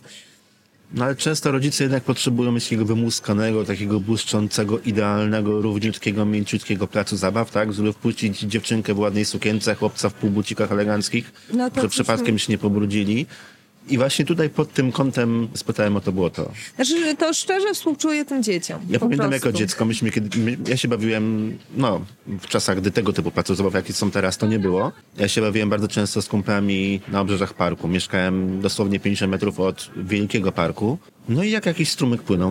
No ale często rodzice jednak potrzebują mieć takiego wymuskanego, takiego błyszczącego, idealnego, równiutkiego, mięciutkiego placu zabaw, tak? Żeby wpuścić dziewczynkę w ładnej sukience, chłopca w półbucikach eleganckich, no to że przypadkiem się nie pobrudzili. I właśnie tutaj pod tym kątem spytałem o to błoto. Znaczy, to szczerze współczuję tym dzieciom. Ja pamiętam jako dziecko, ja się bawiłem, w czasach, gdy tego typu placów zabaw, jakie są teraz, to nie było. Ja się bawiłem bardzo często z kumplami na obrzeżach parku. Mieszkałem dosłownie 50 metrów od wielkiego parku. No i jak jakiś strumyk płynął,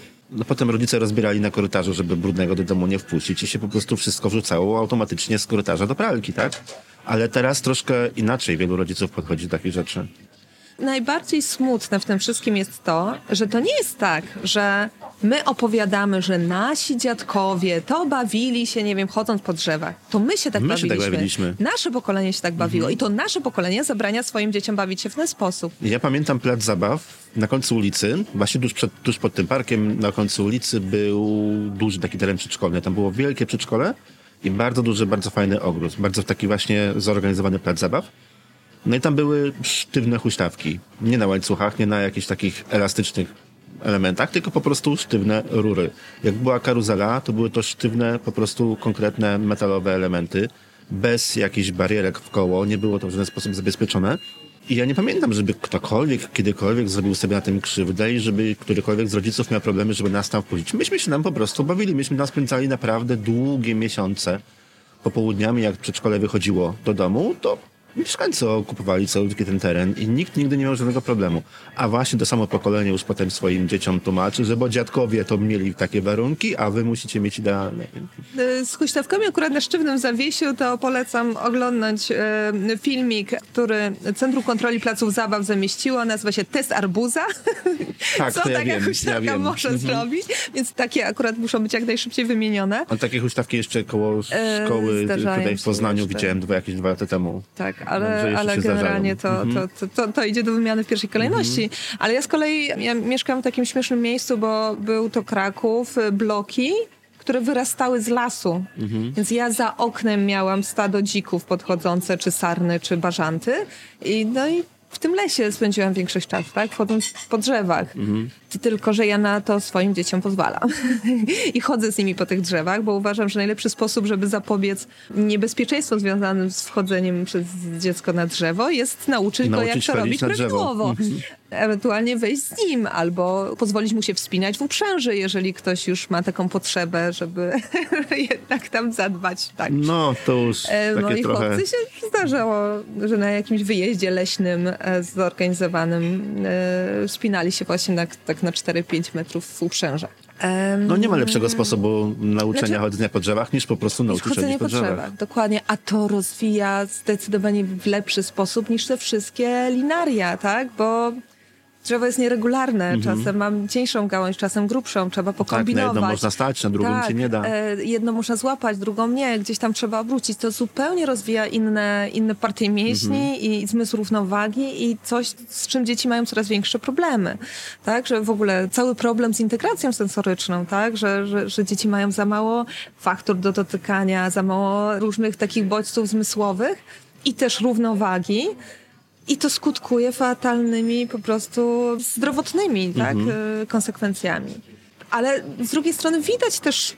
potem rodzice rozbierali na korytarzu, żeby brudnego do domu nie wpuścić i się po prostu wszystko wrzucało automatycznie z korytarza do pralki, tak? Ale teraz troszkę inaczej wielu rodziców podchodzi do takich rzeczy. Najbardziej smutne w tym wszystkim jest to, że to nie jest tak, że my opowiadamy, że nasi dziadkowie to bawili się, nie wiem, chodząc po drzewach. To my się tak bawiliśmy. Nasze pokolenie się tak bawiło i to nasze pokolenie zabrania swoim dzieciom bawić się w ten sposób. Ja pamiętam plac zabaw na końcu ulicy, właśnie tuż pod tym parkiem na końcu ulicy był duży taki teren przedszkolny. Tam było wielkie przedszkole i bardzo duży, bardzo fajny ogród. Bardzo taki właśnie zorganizowany plac zabaw. No i tam były sztywne huśtawki. Nie na łańcuchach, nie na jakichś takich elastycznych elementach, tylko po prostu sztywne rury. Jak była karuzela, to były to sztywne, po prostu konkretne metalowe elementy, bez jakichś barierek w koło, nie było to w żaden sposób zabezpieczone. I ja nie pamiętam, żeby ktokolwiek, kiedykolwiek zrobił sobie na tym krzywdę i żeby którykolwiek z rodziców miał problemy, żeby nas tam wpuścić. Myśmy się nam po prostu bawili, myśmy tam spędzali naprawdę długie miesiące. Popołudniami, jak przedszkole wychodziło do domu, to mieszkańcy okupowali całutki ten teren i nikt nigdy nie miał żadnego problemu. A właśnie to samo pokolenie już potem swoim dzieciom tłumaczy, że bo dziadkowie to mieli takie warunki, a wy musicie mieć idealne. Z huśtawkami akurat na sztywnym zawiesiu to polecam oglądnąć filmik, który Centrum Kontroli Placów Zabaw zamieściło. Nazywa się Test Arbuza. Tak, co taka huśtawka może zrobić. Więc takie akurat muszą być jak najszybciej wymienione. A takie huśtawki jeszcze koło szkoły tutaj w Poznaniu widziałem jakieś 2 lata temu. Tak, ale generalnie to idzie do wymiany w pierwszej kolejności. Ale ja z kolei mieszkam w takim śmiesznym miejscu, bo był to Kraków, bloki, które wyrastały z lasu. Więc ja za oknem miałam stado dzików podchodzące, czy sarny, czy bażanty. I w tym lesie spędziłam większość czasu, tak? Wchodząc po drzewach. Tylko, że ja na to swoim dzieciom pozwalam. I chodzę z nimi po tych drzewach, bo uważam, że najlepszy sposób, żeby zapobiec niebezpieczeństwu związanym z wchodzeniem przez dziecko na drzewo, jest nauczyć go, jak to robić prawidłowo. Ewentualnie wejść z nim, albo pozwolić mu się wspinać w uprzęży, jeżeli ktoś już ma taką potrzebę, żeby jednak tam zadbać. Tak. No, to już takie Moi trochę... chłopcy się zdarzało, że na jakimś wyjeździe leśnym zorganizowanym wspinali się właśnie na 4-5 metrów w uprzężach. No nie ma lepszego sposobu nauczenia chodzenia po drzewach, niż po prostu nauczyć chodzić po drzewach. Dokładnie, a to rozwija zdecydowanie w lepszy sposób niż te wszystkie linaria, tak? Bo Drzewo jest nieregularne, czasem mam cieńszą gałąź, czasem grubszą, trzeba pokombinować. Tak, na jedną można stać, na drugą się nie da. Jedną można złapać, drugą nie, gdzieś tam trzeba obrócić. To zupełnie rozwija inne partie mięśni i zmysł równowagi i coś, z czym dzieci mają coraz większe problemy. Tak, że w ogóle cały problem z integracją sensoryczną, tak, że dzieci mają za mało faktur do dotykania, za mało różnych takich bodźców zmysłowych i też równowagi. I to skutkuje fatalnymi po prostu zdrowotnymi konsekwencjami. Ale z drugiej strony widać też,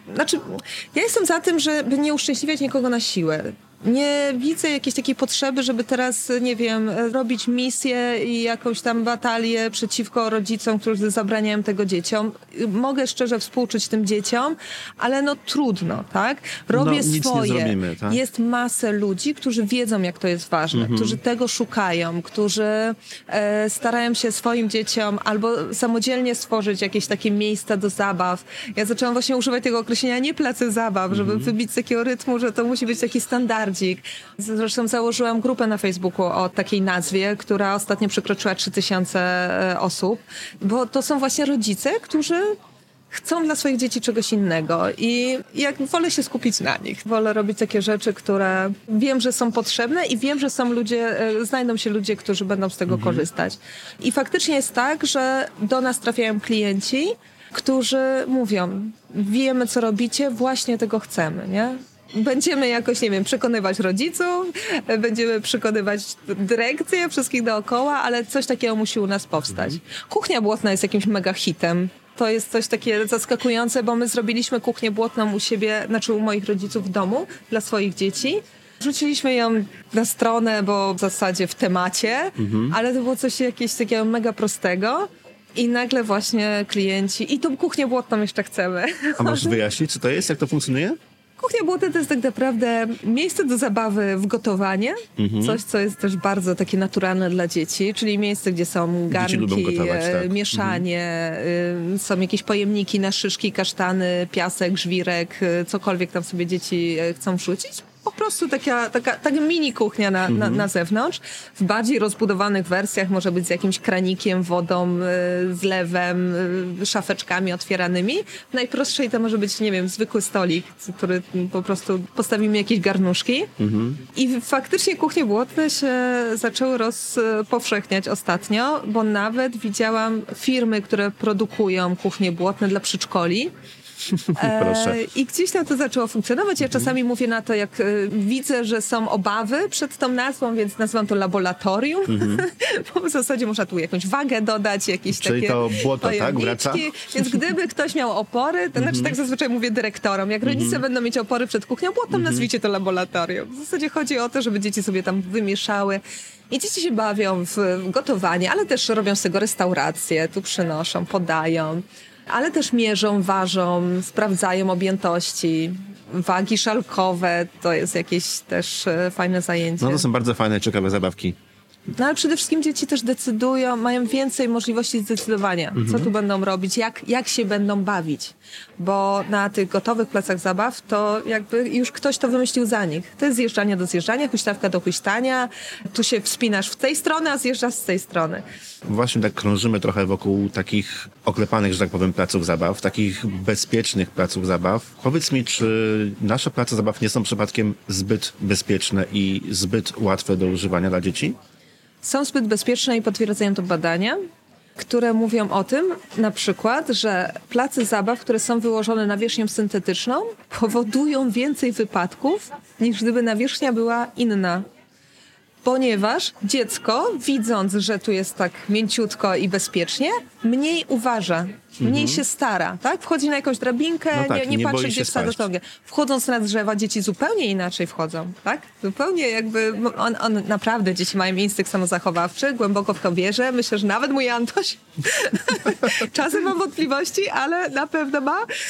ja jestem za tym, żeby nie uszczęśliwiać nikogo na siłę. Nie widzę jakiejś takiej potrzeby, żeby teraz, nie wiem, robić misję i jakąś tam batalię przeciwko rodzicom, którzy zabraniają tego dzieciom. Mogę szczerze współczuć tym dzieciom, ale trudno, tak? Robię swoje. Nie zrobimy, tak? Jest masę ludzi, którzy wiedzą, jak to jest ważne, którzy tego szukają, którzy starają się swoim dzieciom albo samodzielnie stworzyć jakieś takie miejsca do zabaw. Ja zaczęłam właśnie używać tego określenia nie place zabaw, żeby wybić z takiego rytmu, że to musi być taki standard. Zresztą założyłam grupę na Facebooku o takiej nazwie, która ostatnio przekroczyła 3000 osób, bo to są właśnie rodzice, którzy chcą dla swoich dzieci czegoś innego i wolę się skupić na nich. Wolę robić takie rzeczy, które wiem, że są potrzebne i wiem, że znajdą się ludzie, którzy będą z tego korzystać. I faktycznie jest tak, że do nas trafiają klienci, którzy mówią, wiemy co robicie, właśnie tego chcemy, nie? Będziemy jakoś, nie wiem, przekonywać rodziców, będziemy przekonywać dyrekcję, wszystkich dookoła, ale coś takiego musi u nas powstać. Kuchnia błotna jest jakimś mega hitem. To jest coś takie zaskakujące, bo my zrobiliśmy kuchnię błotną u siebie, u moich rodziców w domu dla swoich dzieci. Wrzuciliśmy ją na stronę, bo w zasadzie w temacie, ale to było coś jakiegoś takiego mega prostego. I nagle właśnie klienci, i tą kuchnię błotną jeszcze chcemy. A możesz wyjaśnić, co to jest, jak to funkcjonuje? Kuchnia błotna to jest tak naprawdę miejsce do zabawy w gotowanie. Coś, co jest też bardzo takie naturalne dla dzieci, czyli miejsce, gdzie są garnki, gotować, tak. mieszanie, są jakieś pojemniki na szyszki, kasztany, piasek, żwirek, cokolwiek tam sobie dzieci chcą wrzucić. Po prostu taka mini kuchnia na zewnątrz. W bardziej rozbudowanych wersjach może być z jakimś kranikiem, wodą, zlewem, szafeczkami otwieranymi. W najprostszej to może być, nie wiem, zwykły stolik, który po prostu postawimy jakieś garnuszki. I faktycznie kuchnie błotne się zaczęły rozpowszechniać ostatnio, bo nawet widziałam firmy, które produkują kuchnie błotne dla przedszkoli. I gdzieś tam to zaczęło funkcjonować. Ja czasami mówię na to, jak widzę, że są obawy przed tą nazwą, więc nazywam to laboratorium. Bo w zasadzie można tu jakąś wagę dodać, jakieś czyli takie to błoto, tak? Wraca? Więc gdyby ktoś miał opory, to tak zazwyczaj mówię dyrektorom, jak rodzice będą mieć opory przed kuchnią błotną, nazwijcie to laboratorium. W zasadzie chodzi o to, żeby dzieci sobie tam wymieszały. I dzieci się bawią w gotowanie, ale też robią z tego restaurację, tu przynoszą, podają. Ale też mierzą, ważą, sprawdzają objętości, wagi szalkowe, to jest jakieś też fajne zajęcie. No to są bardzo fajne, ciekawe zabawki. No ale przede wszystkim dzieci też decydują, mają więcej możliwości zdecydowania, co tu będą robić, jak się będą bawić. Bo na tych gotowych placach zabaw to jakby już ktoś to wymyślił za nich. To jest zjeżdżanie do zjeżdżania, huśtawka do huśtania, tu się wspinasz w tej strony, a zjeżdżasz z tej strony. Właśnie tak krążymy trochę wokół takich oklepanych, że tak powiem, placów zabaw, takich bezpiecznych placów zabaw. Powiedz mi, czy nasze place zabaw nie są przypadkiem zbyt bezpieczne i zbyt łatwe do używania dla dzieci? Są zbyt bezpieczne i potwierdzają to badania, które mówią o tym, na przykład, że place zabaw, które są wyłożone nawierzchnią syntetyczną, powodują więcej wypadków, niż gdyby nawierzchnia była inna. Ponieważ dziecko, widząc, że tu jest tak mięciutko i bezpiecznie, mniej uważa, mniej się stara, tak? Wchodzi na jakąś drabinkę, nie patrzy, gdzie wsadza nogę. Wchodząc na drzewa, dzieci zupełnie inaczej wchodzą, tak? Zupełnie jakby, on naprawdę, dzieci mają instynkt samozachowawczy, głęboko w to wierzę. Myślę, że nawet mój Antoś. Czasem mam wątpliwości, ale na pewno ma.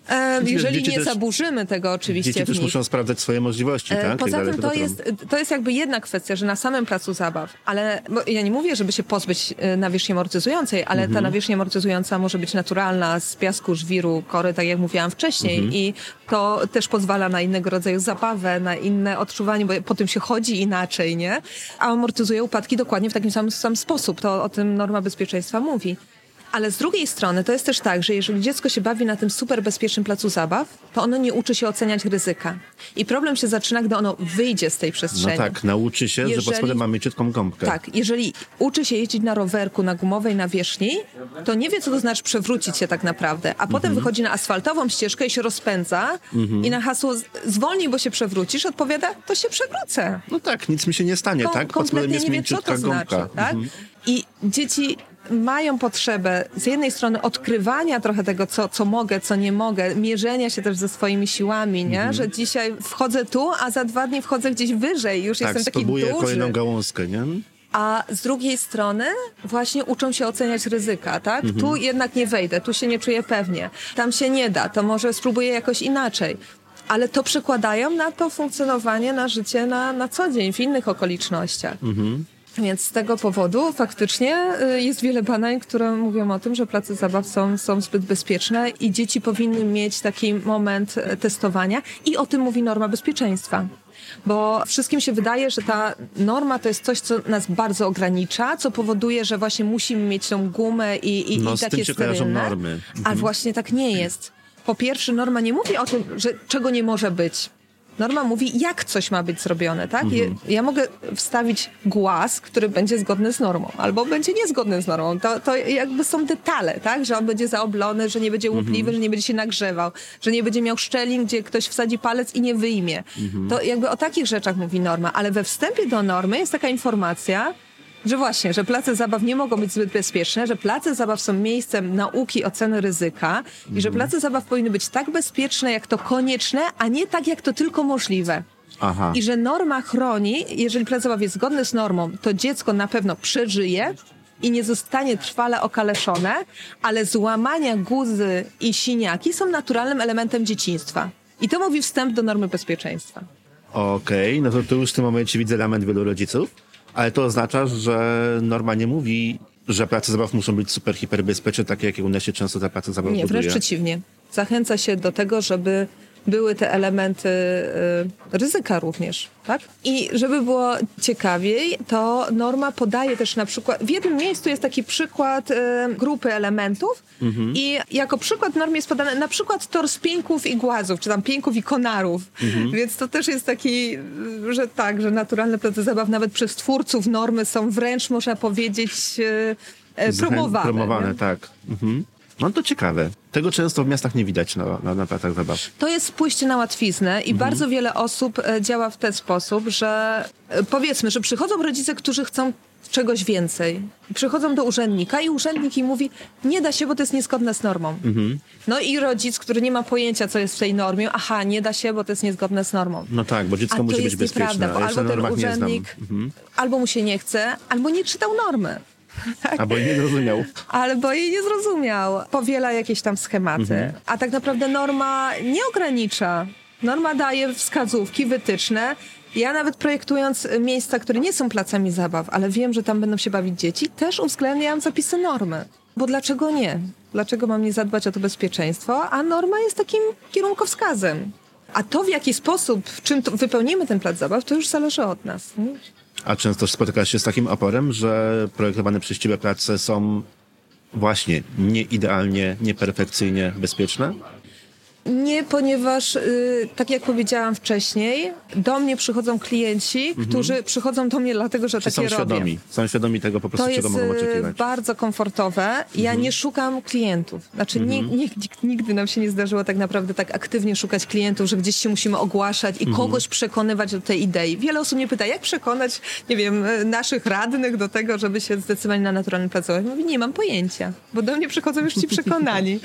Jeżeli nie zaburzymy tego oczywiście dzieci też muszą sprawdzać swoje możliwości, tak? Poza tym to jest jakby jedna kwestia, że na samym placu zabaw, ale ja nie mówię, żeby się pozbyć nawierzchni amortyzującej, ale ta nawierzchnia amortyzująca może być naturalna, z piasku, żwiru, kory, tak jak mówiłam wcześniej i to też pozwala na innego rodzaju zabawę, na inne odczuwanie, bo po tym się chodzi inaczej, nie? A amortyzuje upadki dokładnie w takim sam sposób. To o tym norma bezpieczeństwa mówi. Ale z drugiej strony to jest też tak, że jeżeli dziecko się bawi na tym super bezpiecznym placu zabaw, to ono nie uczy się oceniać ryzyka. I problem się zaczyna, gdy ono wyjdzie z tej przestrzeni. No tak, nauczy się, że pod spodem ma mięciutką gąbkę. Tak, jeżeli uczy się jeździć na rowerku, na gumowej nawierzchni, to nie wie, co to znaczy przewrócić się tak naprawdę. A potem wychodzi na asfaltową ścieżkę i się rozpędza i na hasło zwolnij, bo się przewrócisz, odpowiada, to się przewrócę. No tak, nic mi się nie stanie, tak? Pod spodem jest mięciutka gąbka. Tak? I dzieci mają potrzebę z jednej strony odkrywania trochę tego, co mogę, co nie mogę, mierzenia się też ze swoimi siłami, nie? Że dzisiaj wchodzę tu, a za 2 dni wchodzę gdzieś wyżej, już jestem taki duży. Tak, kolejną gałązkę, nie? A z drugiej strony właśnie uczą się oceniać ryzyka, tak? Tu jednak nie wejdę, tu się nie czuję pewnie, tam się nie da, to może spróbuję jakoś inaczej. Ale to przekładają na to funkcjonowanie, na życie na co dzień, w innych okolicznościach. Więc z tego powodu faktycznie jest wiele badań, które mówią o tym, że place zabaw są zbyt bezpieczne i dzieci powinny mieć taki moment testowania i o tym mówi norma bezpieczeństwa. Bo wszystkim się wydaje, że ta norma to jest coś, co nas bardzo ogranicza, co powoduje, że właśnie musimy mieć tą gumę i takie sterylne. Normy. A właśnie tak nie jest. Po pierwsze, norma nie mówi o tym, że czego nie może być. Norma mówi, jak coś ma być zrobione, tak? Ja mogę wstawić głaz, który będzie zgodny z normą, albo będzie niezgodny z normą. To jakby są detale, tak? Że on będzie zaoblony, że nie będzie łupliwy, że nie będzie się nagrzewał, że nie będzie miał szczelin, gdzie ktoś wsadzi palec i nie wyjmie. To jakby o takich rzeczach mówi norma, ale we wstępie do normy jest taka informacja, że właśnie, że place zabaw nie mogą być zbyt bezpieczne, że place zabaw są miejscem nauki oceny ryzyka i że place zabaw powinny być tak bezpieczne, jak to konieczne, a nie tak, jak to tylko możliwe. Aha. I że norma chroni, jeżeli plac zabaw jest zgodny z normą, to dziecko na pewno przeżyje i nie zostanie trwale okaleszone, ale złamania guzy i siniaki są naturalnym elementem dzieciństwa. I to mówi wstęp do normy bezpieczeństwa. Okej, no to tu już w tym momencie widzę lament wielu rodziców. Ale to oznacza, że norma nie mówi, że place zabaw muszą być super, hiperbezpieczne, takie jakie u nas się często te place zabaw buduje. Nie, wręcz przeciwnie. Zachęca się do tego, żeby były te elementy ryzyka również, tak? I żeby było ciekawiej, to norma podaje też na przykład, w jednym miejscu jest taki przykład grupy elementów i jako przykład normy jest podany na przykład tor z pieńków i głazów, czy tam pieńków i konarów. Więc to też jest taki, że tak, że naturalne place zabaw nawet przez twórców normy są wręcz, można powiedzieć, promowane. Promowane, tak. No to ciekawe. Tego często w miastach nie widać na placach zabaw. To jest pójście na łatwiznę i bardzo wiele osób działa w ten sposób, że powiedzmy, że przychodzą rodzice, którzy chcą czegoś więcej. Przychodzą do urzędnika i urzędnik im mówi, nie da się, bo to jest niezgodne z normą. No i rodzic, który nie ma pojęcia, co jest w tej normie, nie da się, bo to jest niezgodne z normą. No tak, bo dziecko musi być bezpieczne. Nieprawda, bo albo ten urzędnik albo mu się nie chce, albo nie czytał normy. Tak. Albo jej nie zrozumiał. Albo jej nie zrozumiał. Powiela jakieś tam schematy. A tak naprawdę norma nie ogranicza. Norma daje wskazówki, wytyczne. Ja nawet projektując miejsca, które nie są placami zabaw, ale wiem, że tam będą się bawić dzieci, też uwzględniam zapisy normy. Bo dlaczego nie? Dlaczego mam nie zadbać o to bezpieczeństwo? A norma jest takim kierunkowskazem. A to, w jaki sposób, w czym wypełnimy ten plac zabaw, to już zależy od nas. Nie? A często spotykasz się z takim oporem, że projektowane przez ciebie place są właśnie nieidealnie, nieperfekcyjnie bezpieczne? Nie, ponieważ, tak jak powiedziałam wcześniej, do mnie przychodzą klienci, którzy przychodzą do mnie dlatego, że takie robię. Są świadomi tego po prostu, czego mogą oczekiwać. To jest bardzo komfortowe. Ja nie szukam klientów. Znaczy nigdy nam się nie zdarzyło tak naprawdę tak aktywnie szukać klientów, że gdzieś się musimy ogłaszać i kogoś przekonywać do tej idei. Wiele osób mnie pyta, jak przekonać, nie wiem, naszych radnych do tego, żeby się zdecydowali na naturalny plac zabaw. Mówię, nie mam pojęcia, bo do mnie przychodzą już ci przekonani.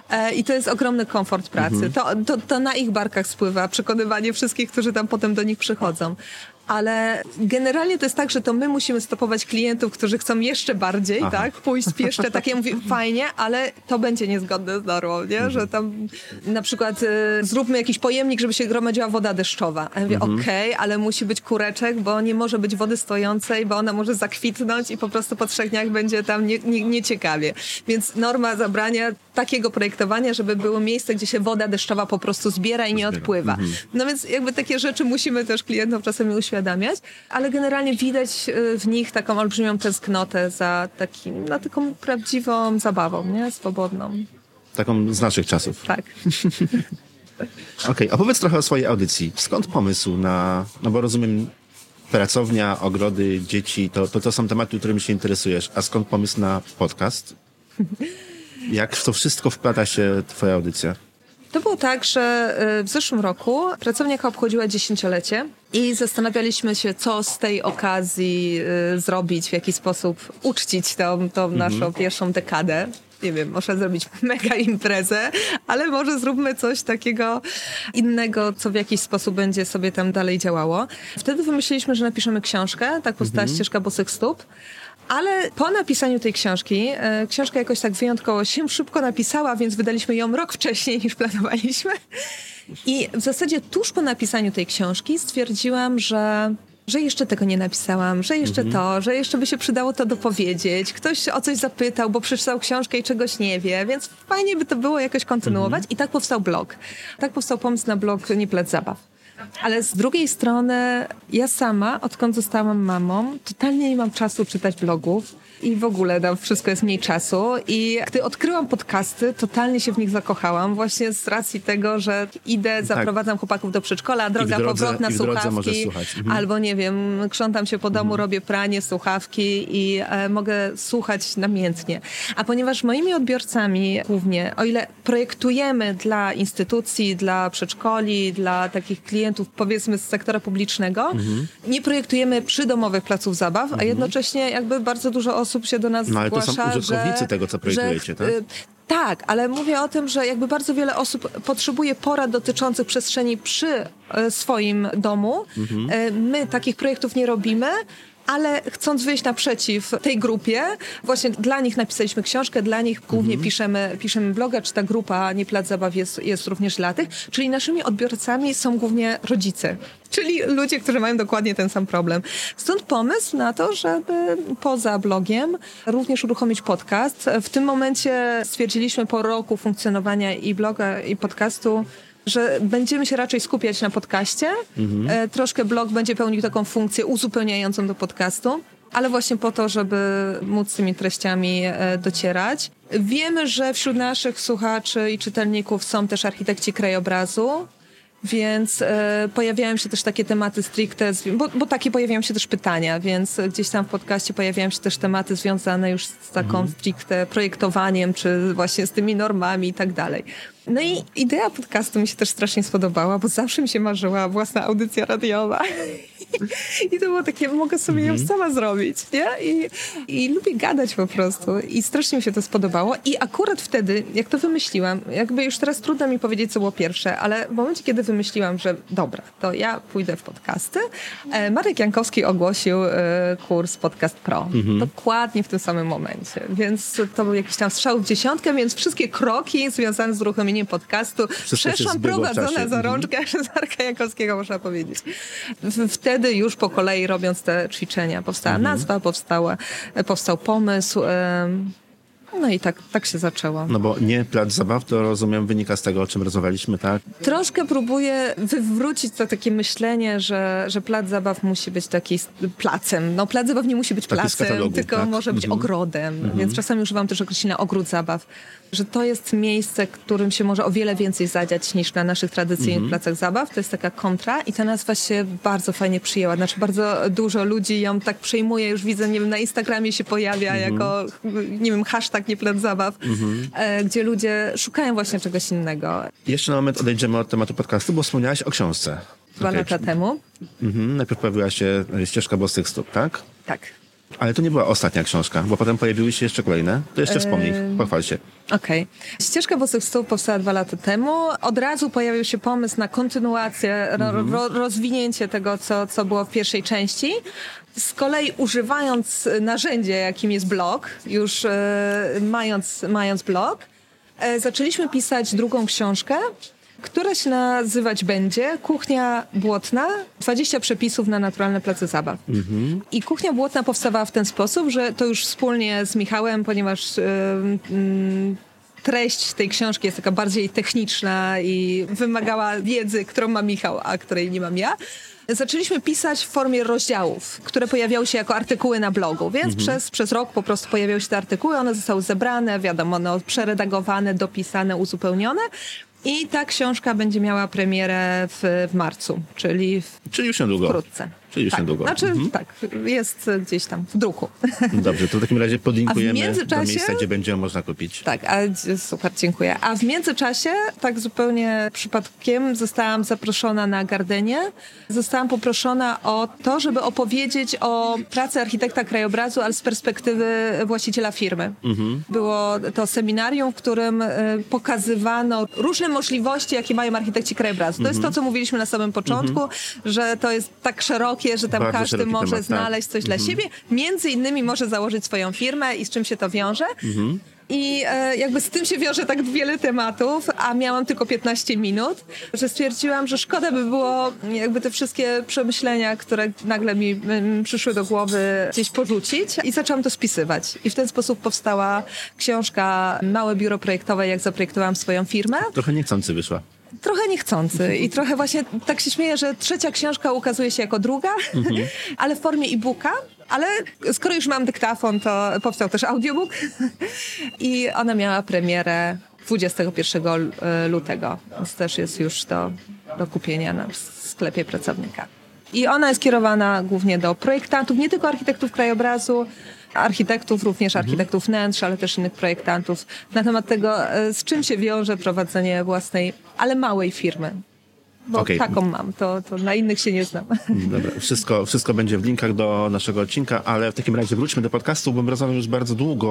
I to jest ogromny komfort pracy. To na ich barkach spływa przekonywanie wszystkich, którzy tam potem do nich przychodzą. ale generalnie to jest tak, że to my musimy stopować klientów, którzy chcą jeszcze bardziej, tak, pójść jeszcze tak, ja mówię, fajnie, ale to będzie niezgodne z normą, nie? Że tam na przykład zróbmy jakiś pojemnik, żeby się gromadziła woda deszczowa. A ja mówię, okej, ale musi być kureczek, bo nie może być wody stojącej, bo ona może zakwitnąć i po prostu po 3 dniach będzie tam nieciekawie. Więc norma zabrania takiego projektowania, żeby było miejsce, gdzie się woda deszczowa po prostu zbiera i nie odpływa. No więc jakby takie rzeczy musimy też klientom czasami uświadamiać, ale generalnie widać w nich taką olbrzymią tęsknotę za taką prawdziwą zabawą, nie? Swobodną. Taką z naszych czasów. Tak. Okej, opowiedz trochę o swojej audycji. Skąd pomysł na, no bo rozumiem, pracownia, ogrody, dzieci, to są tematy, którymi się interesujesz. A skąd pomysł na podcast? Jak w to wszystko wplata się twoja audycja? To było tak, że w zeszłym roku pracownia obchodziła 10-lecie i zastanawialiśmy się, co z tej okazji zrobić, w jaki sposób uczcić tą naszą pierwszą dekadę. Nie wiem, można zrobić mega imprezę, ale może zróbmy coś takiego innego, co w jakiś sposób będzie sobie tam dalej działało. Wtedy wymyśliliśmy, że napiszemy książkę, tak powstała Ścieżka Bosych Stóp. Ale po napisaniu tej książki, książka jakoś tak wyjątkowo się szybko napisała, więc wydaliśmy ją rok wcześniej niż planowaliśmy. I w zasadzie tuż po napisaniu tej książki stwierdziłam, że jeszcze tego nie napisałam, że jeszcze że jeszcze by się przydało to dopowiedzieć. Ktoś o coś zapytał, bo przeczytał książkę i czegoś nie wie, więc fajnie by to było jakoś kontynuować. I tak powstał blog. Tak powstał pomysł na blog Nie Plac Zabaw. Ale z drugiej strony ja sama, odkąd zostałam mamą, totalnie nie mam czasu czytać blogów i w ogóle wszystko jest mniej czasu. I gdy odkryłam podcasty, totalnie się w nich zakochałam. Właśnie z racji tego, że idę, zaprowadzam chłopaków do przedszkola, droga powrotna, słuchawki. Albo nie wiem, krzątam się po domu, robię pranie, słuchawki i mogę słuchać namiętnie. A ponieważ moimi odbiorcami głównie, o ile projektujemy dla instytucji, dla przedszkoli, dla takich klientów powiedzmy z sektora publicznego, nie projektujemy przydomowych placów zabaw, a jednocześnie jakby bardzo dużo osób się do nas zgłasza, ale to są użytkownicy tego, co projektujecie, tak? Tak, ale mówię o tym, że jakby bardzo wiele osób potrzebuje porad dotyczących przestrzeni przy swoim domu. My takich projektów nie robimy, ale chcąc wyjść naprzeciw tej grupie, właśnie dla nich napisaliśmy książkę, dla nich głównie piszemy bloga, czy ta grupa Nie Plac Zabaw jest również dla tych, czyli naszymi odbiorcami są głównie rodzice, czyli ludzie, którzy mają dokładnie ten sam problem. Stąd pomysł na to, żeby poza blogiem również uruchomić podcast. W tym momencie stwierdziliśmy po roku funkcjonowania i bloga, i podcastu, że będziemy się raczej skupiać na podcaście. Troszkę blog będzie pełnił taką funkcję uzupełniającą do podcastu, ale właśnie po to, żeby móc z tymi treściami docierać. Wiemy, że wśród naszych słuchaczy i czytelników są też architekci krajobrazu, więc pojawiają się też takie tematy stricte, bo takie pojawiają się też pytania, więc gdzieś tam w podcaście pojawiają się też tematy związane już z taką stricte projektowaniem, czy właśnie z tymi normami i tak dalej. No i idea podcastu mi się też strasznie spodobała, bo zawsze mi się marzyła własna audycja radiowa. I to było takie, mogę sobie ją sama zrobić, nie? I lubię gadać po prostu. I strasznie mi się to spodobało. I akurat wtedy, jak to wymyśliłam, jakby już teraz trudno mi powiedzieć, co było pierwsze, ale w momencie, kiedy wymyśliłam, że dobra, to ja pójdę w podcasty, Marek Jankowski ogłosił kurs Podcast Pro. Dokładnie w tym samym momencie. Więc to był jakiś tam strzał w dziesiątkę, więc wszystkie kroki związane z uruchomieniem podcastu przeszłam prowadzona za rączkę przez Marka Jankowskiego, można powiedzieć. Wtedy już po kolei robiąc te ćwiczenia powstała nazwa, powstał pomysł. No i tak się zaczęło. No bo Nie Plac Zabaw, to rozumiem, wynika z tego, o czym rozmawialiśmy, tak? Troszkę próbuję wywrócić to takie myślenie, że plac zabaw musi być taki placem. No plac zabaw nie musi być placem, tylko tak? Może być ogrodem. Więc czasami używam też określenia ogród zabaw. Że to jest miejsce, którym się może o wiele więcej zadziać niż na naszych tradycyjnych placach zabaw. To jest taka kontra i ta nazwa się bardzo fajnie przyjęła. Znaczy bardzo dużo ludzi ją tak przejmuje. Już widzę, nie wiem, na Instagramie się pojawia jako, nie wiem, hashtag Nie Plac Zabaw, gdzie ludzie szukają właśnie czegoś innego. Jeszcze na moment odejdziemy od tematu podcastu, bo wspomniałaś o książce. 2 lata temu. Najpierw pojawiła się Ścieżka Bosych Stóp, tak? Tak. Ale to nie była ostatnia książka, bo potem pojawiły się jeszcze kolejne. To jeszcze wspomnij, pochwal się. Okej. Ścieżka Bosych Stóp powstała 2 lata temu. Od razu pojawił się pomysł na kontynuację, rozwinięcie tego, co było w pierwszej części. Z kolei używając narzędzia, jakim jest blog, już mając blog, zaczęliśmy pisać drugą książkę, która się nazywać będzie Kuchnia Błotna, 20 przepisów na naturalne place zabaw. I Kuchnia Błotna powstawała w ten sposób, że to już wspólnie z Michałem, ponieważ treść tej książki jest taka bardziej techniczna i wymagała wiedzy, którą ma Michał, a której nie mam ja. Zaczęliśmy pisać w formie rozdziałów, które pojawiały się jako artykuły na blogu, więc przez rok po prostu pojawiały się te artykuły, one zostały zebrane, wiadomo, przeredagowane, dopisane, uzupełnione. I ta książka będzie miała premierę w marcu, czyli już niedługo. Wkrótce. Czyli już niedługo. Znaczy, tak, jest gdzieś tam w druku. Dobrze, to w takim razie podlinkujemy do miejsca, gdzie będzie ją można kupić. Tak, super, dziękuję. A w międzyczasie, tak zupełnie przypadkiem, zostałam zaproszona na Gardenie. Zostałam poproszona o to, żeby opowiedzieć o pracy architekta krajobrazu, ale z perspektywy właściciela firmy. Było to seminarium, w którym pokazywano różne możliwości, jakie mają architekci krajobrazu. To jest to, co mówiliśmy na samym początku, że to jest tak szerokie, że tam bardzo każdy może temat, znaleźć coś dla siebie. Między innymi może założyć swoją firmę i z czym się to wiąże. I jakby z tym się wiąże tak wiele tematów, a miałam tylko 15 minut, że stwierdziłam, że szkoda by było jakby te wszystkie przemyślenia, które nagle mi przyszły do głowy, gdzieś porzucić i zaczęłam to spisywać. I w ten sposób powstała książka Małe biuro projektowe, jak zaprojektowałam swoją firmę. Trochę niechcący wyszła. Trochę niechcący i trochę właśnie tak się śmieję, że trzecia książka ukazuje się jako druga, ale w formie e-booka. Ale skoro już mam dyktafon, to powstał też audiobook i ona miała premierę 21 lutego, więc też jest już do kupienia w sklepie pracownika. I ona jest kierowana głównie do projektantów, nie tylko architektów krajobrazu, architektów, również architektów wnętrz, ale też innych projektantów, na temat tego, z czym się wiąże prowadzenie własnej, ale małej firmy. Bo taką mam, to na innych się nie znam. Dobra, wszystko będzie w linkach do naszego odcinka, ale w takim razie wróćmy do podcastu, bo my rozmawiamy już bardzo długo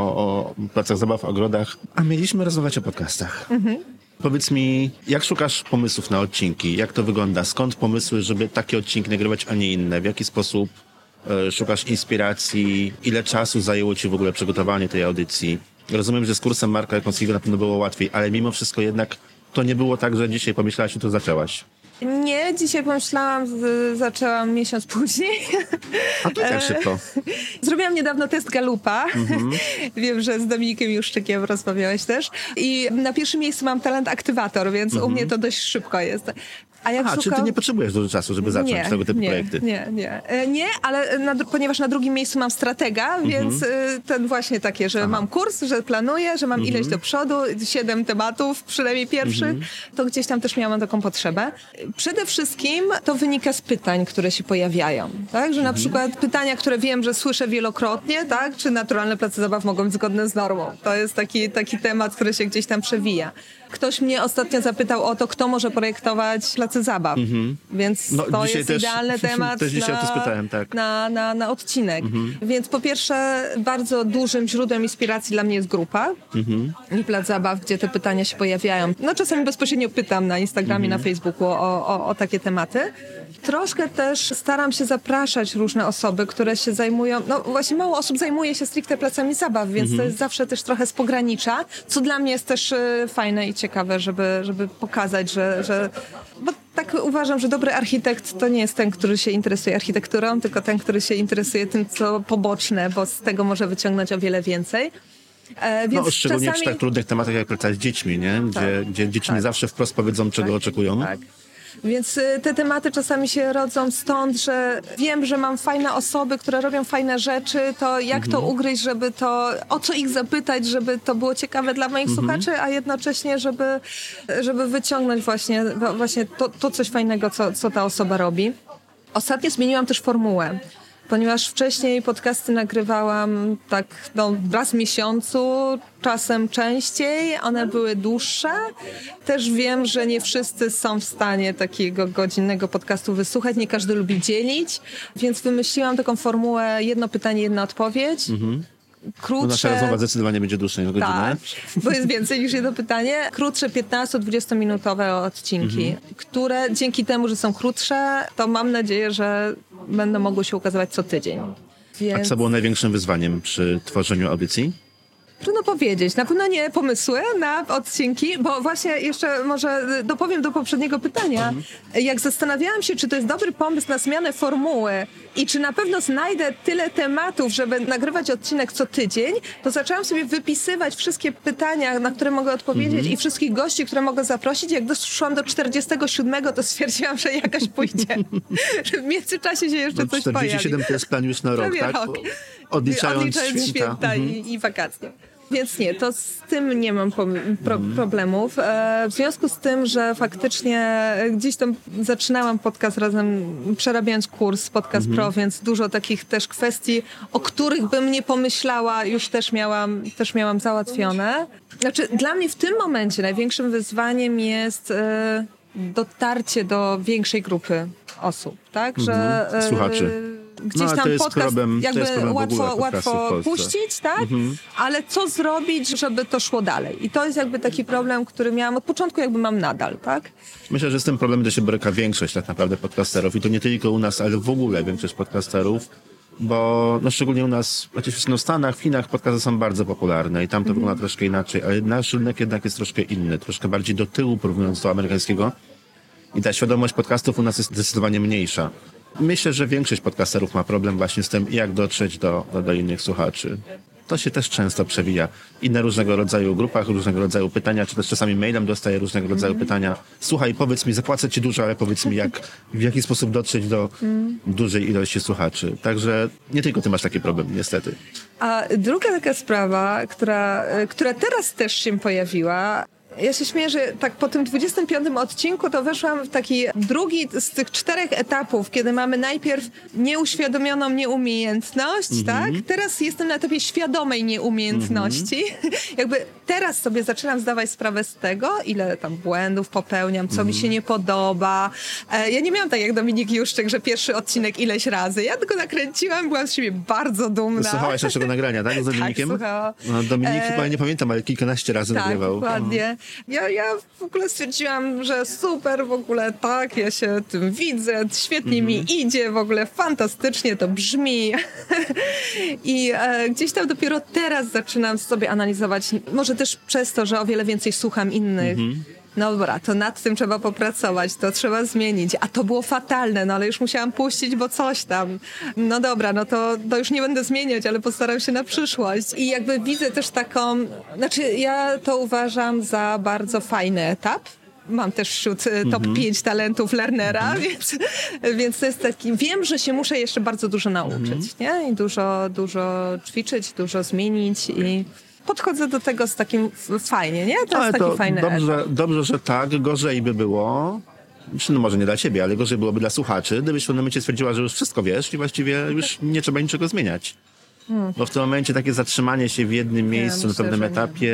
o placach zabaw, ogrodach, a mieliśmy rozmawiać o podcastach. Powiedz mi, jak szukasz pomysłów na odcinki? Jak to wygląda? Skąd pomysły, żeby takie odcinki nagrywać, a nie inne? W jaki sposób szukasz inspiracji? Ile czasu zajęło ci w ogóle przygotowanie tej audycji? Rozumiem, że z kursem Marka Jankowskiego na pewno było łatwiej, ale mimo wszystko jednak to nie było tak, że dzisiaj pomyślałaś i to zaczęłaś. Nie, dzisiaj pomyślałam, zaczęłam miesiąc później. A to tak szybko. Zrobiłam niedawno test Galupa. Wiem, że z Dominikiem Juszczykiem rozmawiałeś też. I na pierwszym miejscu mam talent aktywator, więc u mnie to dość szybko jest. Czy ty nie potrzebujesz dużo czasu, żeby zacząć tego typu projekty? Nie, ale ponieważ na drugim miejscu mam stratega, więc ten właśnie takie, że mam kurs, że planuję, że mam ileś do przodu, 7 tematów, przynajmniej pierwszych, to gdzieś tam też miałam taką potrzebę. Przede wszystkim to wynika z pytań, które się pojawiają. Tak? Że na przykład pytania, które wiem, że słyszę wielokrotnie, tak? Czy naturalne place zabaw mogą być zgodne z normą? To jest taki temat, który się gdzieś tam przewija. Ktoś mnie ostatnio zapytał o to, kto może projektować place zabaw. Więc to jest idealny temat też dzisiaj o to spytałem, tak. na odcinek. Więc po pierwsze, bardzo dużym źródłem inspiracji dla mnie jest grupa i plac zabaw, gdzie te pytania się pojawiają. No czasami bezpośrednio pytam na Instagramie, na Facebooku o takie tematy. Troszkę też staram się zapraszać różne osoby, które się zajmują, no właśnie mało osób zajmuje się stricte placami zabaw, więc to jest zawsze też trochę z pogranicza, co dla mnie jest też fajne i ciekawe, żeby pokazać, że bo tak uważam, że dobry architekt to nie jest ten, który się interesuje architekturą, tylko ten, który się interesuje tym, co poboczne, bo z tego może wyciągnąć o wiele więcej. Więc szczególnie czasami... przy tak trudnych tematach jak praca z dziećmi, nie? Gdzie dzieci nie zawsze wprost powiedzą, czego oczekują. Tak. Więc te tematy czasami się rodzą stąd, że wiem, że mam fajne osoby, które robią fajne rzeczy, to jak to ugryźć, żeby to, o co ich zapytać, żeby to było ciekawe dla moich słuchaczy, a jednocześnie, żeby wyciągnąć właśnie to coś fajnego, co ta osoba robi. Ostatnio zmieniłam też formułę. Ponieważ wcześniej podcasty nagrywałam tak raz w miesiącu, czasem częściej, one były dłuższe. Też wiem, że nie wszyscy są w stanie takiego godzinnego podcastu wysłuchać, nie każdy lubi dzielić, więc wymyśliłam taką formułę jedno pytanie, jedna odpowiedź. Krótsze... Nasza rozmowa zdecydowanie będzie dłuższa niż godzinę. Tak, bo jest więcej niż jedno pytanie. Krótsze 15-20 minutowe odcinki, które dzięki temu, że są krótsze, to mam nadzieję, że będą mogły się ukazywać co tydzień. A co było największym wyzwaniem przy tworzeniu audycji? Trudno powiedzieć. Na pewno nie pomysły na odcinki, bo właśnie jeszcze może dopowiem do poprzedniego pytania. Jak zastanawiałam się, czy to jest dobry pomysł na zmianę formuły i czy na pewno znajdę tyle tematów, żeby nagrywać odcinek co tydzień, to zaczęłam sobie wypisywać wszystkie pytania, na które mogę odpowiedzieć i wszystkich gości, które mogę zaprosić. Jak doszłam do 47, to stwierdziłam, że jakaś pójdzie. Że w międzyczasie się jeszcze coś pojawi. 47 to jest plan już na rok, tak? Rok. Odliczając święta i wakacje. Więc nie, to z tym nie mam problemów. W związku z tym, że faktycznie gdzieś tam zaczynałam podcast razem, przerabiając kurs Podcast Pro, więc dużo takich też kwestii, o których bym nie pomyślała, już też miałam załatwione. Znaczy, dla mnie w tym momencie największym wyzwaniem jest dotarcie do większej grupy osób, tak? Że słuchaczy. Gdzieś tam podcast problem, jakby łatwo w puścić, tak? Ale co zrobić, żeby to szło dalej? I to jest jakby taki problem, który miałam od początku, jakby mam nadal, tak? Myślę, że z tym problemem też się boryka większość tak naprawdę podcasterów i to nie tylko u nas, ale w ogóle większość podcasterów, bo szczególnie u nas, oczywiście w Stanach, w Chinach podcasty są bardzo popularne i tam to wygląda troszkę inaczej, ale nasz rynek jednak jest troszkę inny, troszkę bardziej do tyłu porównując do amerykańskiego i ta świadomość podcastów u nas jest zdecydowanie mniejsza. Myślę, że większość podcasterów ma problem właśnie z tym, jak dotrzeć do innych słuchaczy. To się też często przewija i na różnego rodzaju grupach, różnego rodzaju pytania, czy też czasami mailem dostaję różnego rodzaju pytania. Słuchaj, powiedz mi, zapłacę ci dużo, ale powiedz mi, w jaki sposób dotrzeć do dużej ilości słuchaczy. Także nie tylko ty masz taki problem, niestety. A druga taka sprawa, która teraz też się pojawiła, ja się śmieję, że tak po tym 25 odcinku to weszłam w taki drugi z tych 4 etapów, kiedy mamy najpierw nieuświadomioną nieumiejętność, tak? Teraz jestem na etapie świadomej nieumiejętności. Jakby teraz sobie zaczynam zdawać sprawę z tego, ile tam błędów popełniam, co mi się nie podoba. Ja nie miałam tak jak Dominik Juszczyk, że pierwszy odcinek ileś razy. Ja tylko nakręciłam, byłam z siebie bardzo dumna. Słuchałaś naszego nagrania, tak? Z Dominikiem? Tak, słuchałam. No, Dominik chyba nie pamiętam, ale kilkanaście razy nagrywał. Dokładnie. Ja w ogóle stwierdziłam, że super w ogóle, tak, ja się tym widzę, świetnie mi idzie, w ogóle fantastycznie to brzmi. I gdzieś tam dopiero teraz zaczynam sobie analizować, może też przez to, że o wiele więcej słucham innych. No dobra, to nad tym trzeba popracować, to trzeba zmienić. A to było fatalne, no ale już musiałam puścić, bo coś tam. No dobra, no to już nie będę zmieniać, ale postaram się na przyszłość. I jakby widzę też taką, znaczy ja to uważam za bardzo fajny etap. Mam też wśród top 5 talentów learnera, więc to jest taki, wiem, że się muszę jeszcze bardzo dużo nauczyć, nie? I dużo ćwiczyć, dużo zmienić i podchodzę do tego z takim fajnie, nie? To jest taki fajny dobrze, że tak. Gorzej by było, no może nie dla ciebie, ale gorzej byłoby dla słuchaczy, gdybyś w pewnym momencie stwierdziła, że już wszystko wiesz i właściwie już nie trzeba niczego zmieniać. Bo w tym momencie takie zatrzymanie się w jednym miejscu na pewnym etapie,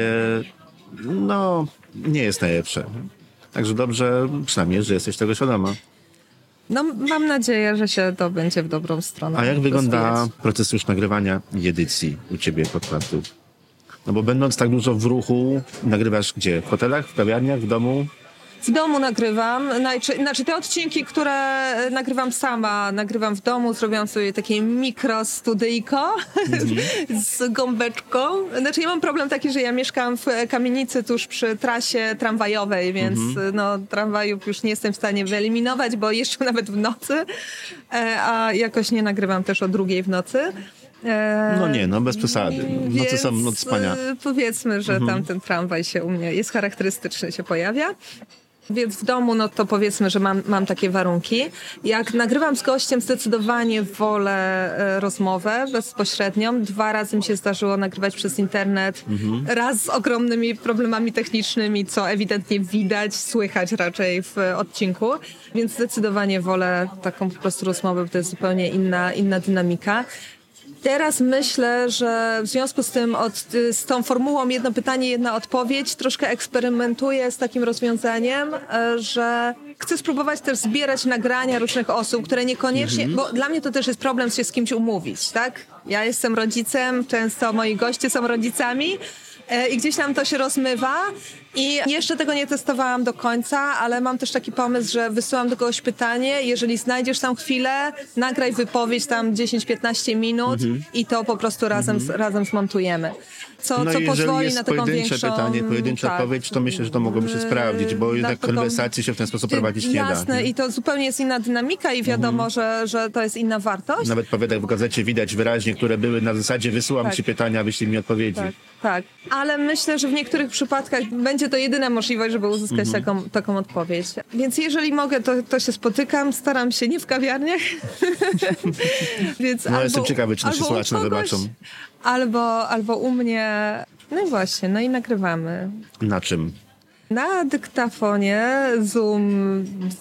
nie jest najlepsze. Także dobrze, przynajmniej, że jesteś tego świadoma. No, mam nadzieję, że się to będzie w dobrą stronę. A jak wygląda proces już nagrywania i edycji u ciebie podcastów? No bo będąc tak dużo w ruchu, nagrywasz gdzie? W hotelach, w kawiarniach, w domu? W domu nagrywam. Znaczy te odcinki, które nagrywam sama, nagrywam w domu. Zrobiłam sobie takie mikrostudyjko z gąbeczką. Znaczy ja mam problem taki, że ja mieszkam w kamienicy tuż przy trasie tramwajowej, więc tramwajów już nie jestem w stanie wyeliminować, bo jeszcze nawet w nocy, a jakoś nie nagrywam też o 2:00 w nocy. Bez przesady. Nocy są noc spania. Powiedzmy, że tam ten tramwaj się u mnie jest charakterystyczny, się pojawia. Więc w domu, no to powiedzmy, że mam takie warunki. Jak nagrywam z gościem, zdecydowanie wolę rozmowę bezpośrednią. 2 razy mi się zdarzyło nagrywać przez internet. Raz z ogromnymi problemami technicznymi, co ewidentnie widać, słychać raczej w odcinku. Więc zdecydowanie wolę taką po prostu rozmowę, bo to jest zupełnie inna dynamika. Teraz myślę, że w związku z tym z tą formułą jedno pytanie, jedna odpowiedź troszkę eksperymentuję z takim rozwiązaniem, że chcę spróbować też zbierać nagrania różnych osób, które niekoniecznie, bo dla mnie to też jest problem się z kimś umówić, tak? Ja jestem rodzicem, często moi goście są rodzicami i gdzieś tam to się rozmywa. I jeszcze tego nie testowałam do końca, ale mam też taki pomysł, że wysyłam do kogoś pytanie, jeżeli znajdziesz tam chwilę, nagraj wypowiedź tam 10-15 minut i to po prostu razem zmontujemy. Co pozwoli na taką większą... pytanie, pojedyncza odpowiedź, to myślę, że to mogłoby się sprawdzić, bo jednak konwersacji się w ten sposób prowadzić nie da. Jasne, i to zupełnie jest inna dynamika i wiadomo, że to jest inna wartość. Nawet w gazecie widać wyraźnie, które były na zasadzie wysyłam ci pytania, wyślij mi odpowiedzi. Tak, ale myślę, że w niektórych przypadkach będzie to jedyna możliwość, żeby uzyskać taką odpowiedź. Więc jeżeli mogę, to się spotykam, staram się nie w kawiarniach. Więc jestem ciekawy, czy nasi słuchacze wybaczą. Albo u mnie. No i właśnie, no i nagrywamy. Na czym? Na dyktafonie Zoom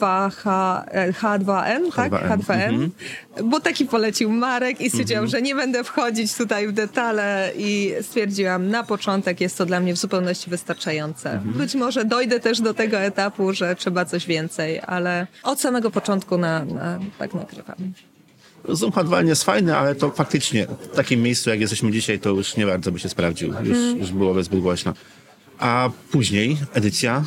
H2N, tak? H2N. Bo taki polecił Marek i stwierdziłam, że nie będę wchodzić tutaj w detale i stwierdziłam, na początek jest to dla mnie w zupełności wystarczające. Być może dojdę też do tego etapu, że trzeba coś więcej, ale od samego początku tak nagrywam. Zoom H2N jest fajny, ale to faktycznie w takim miejscu, jak jesteśmy dzisiaj, to już nie bardzo by się sprawdził. Już byłoby zbyt głośno. A później edycja?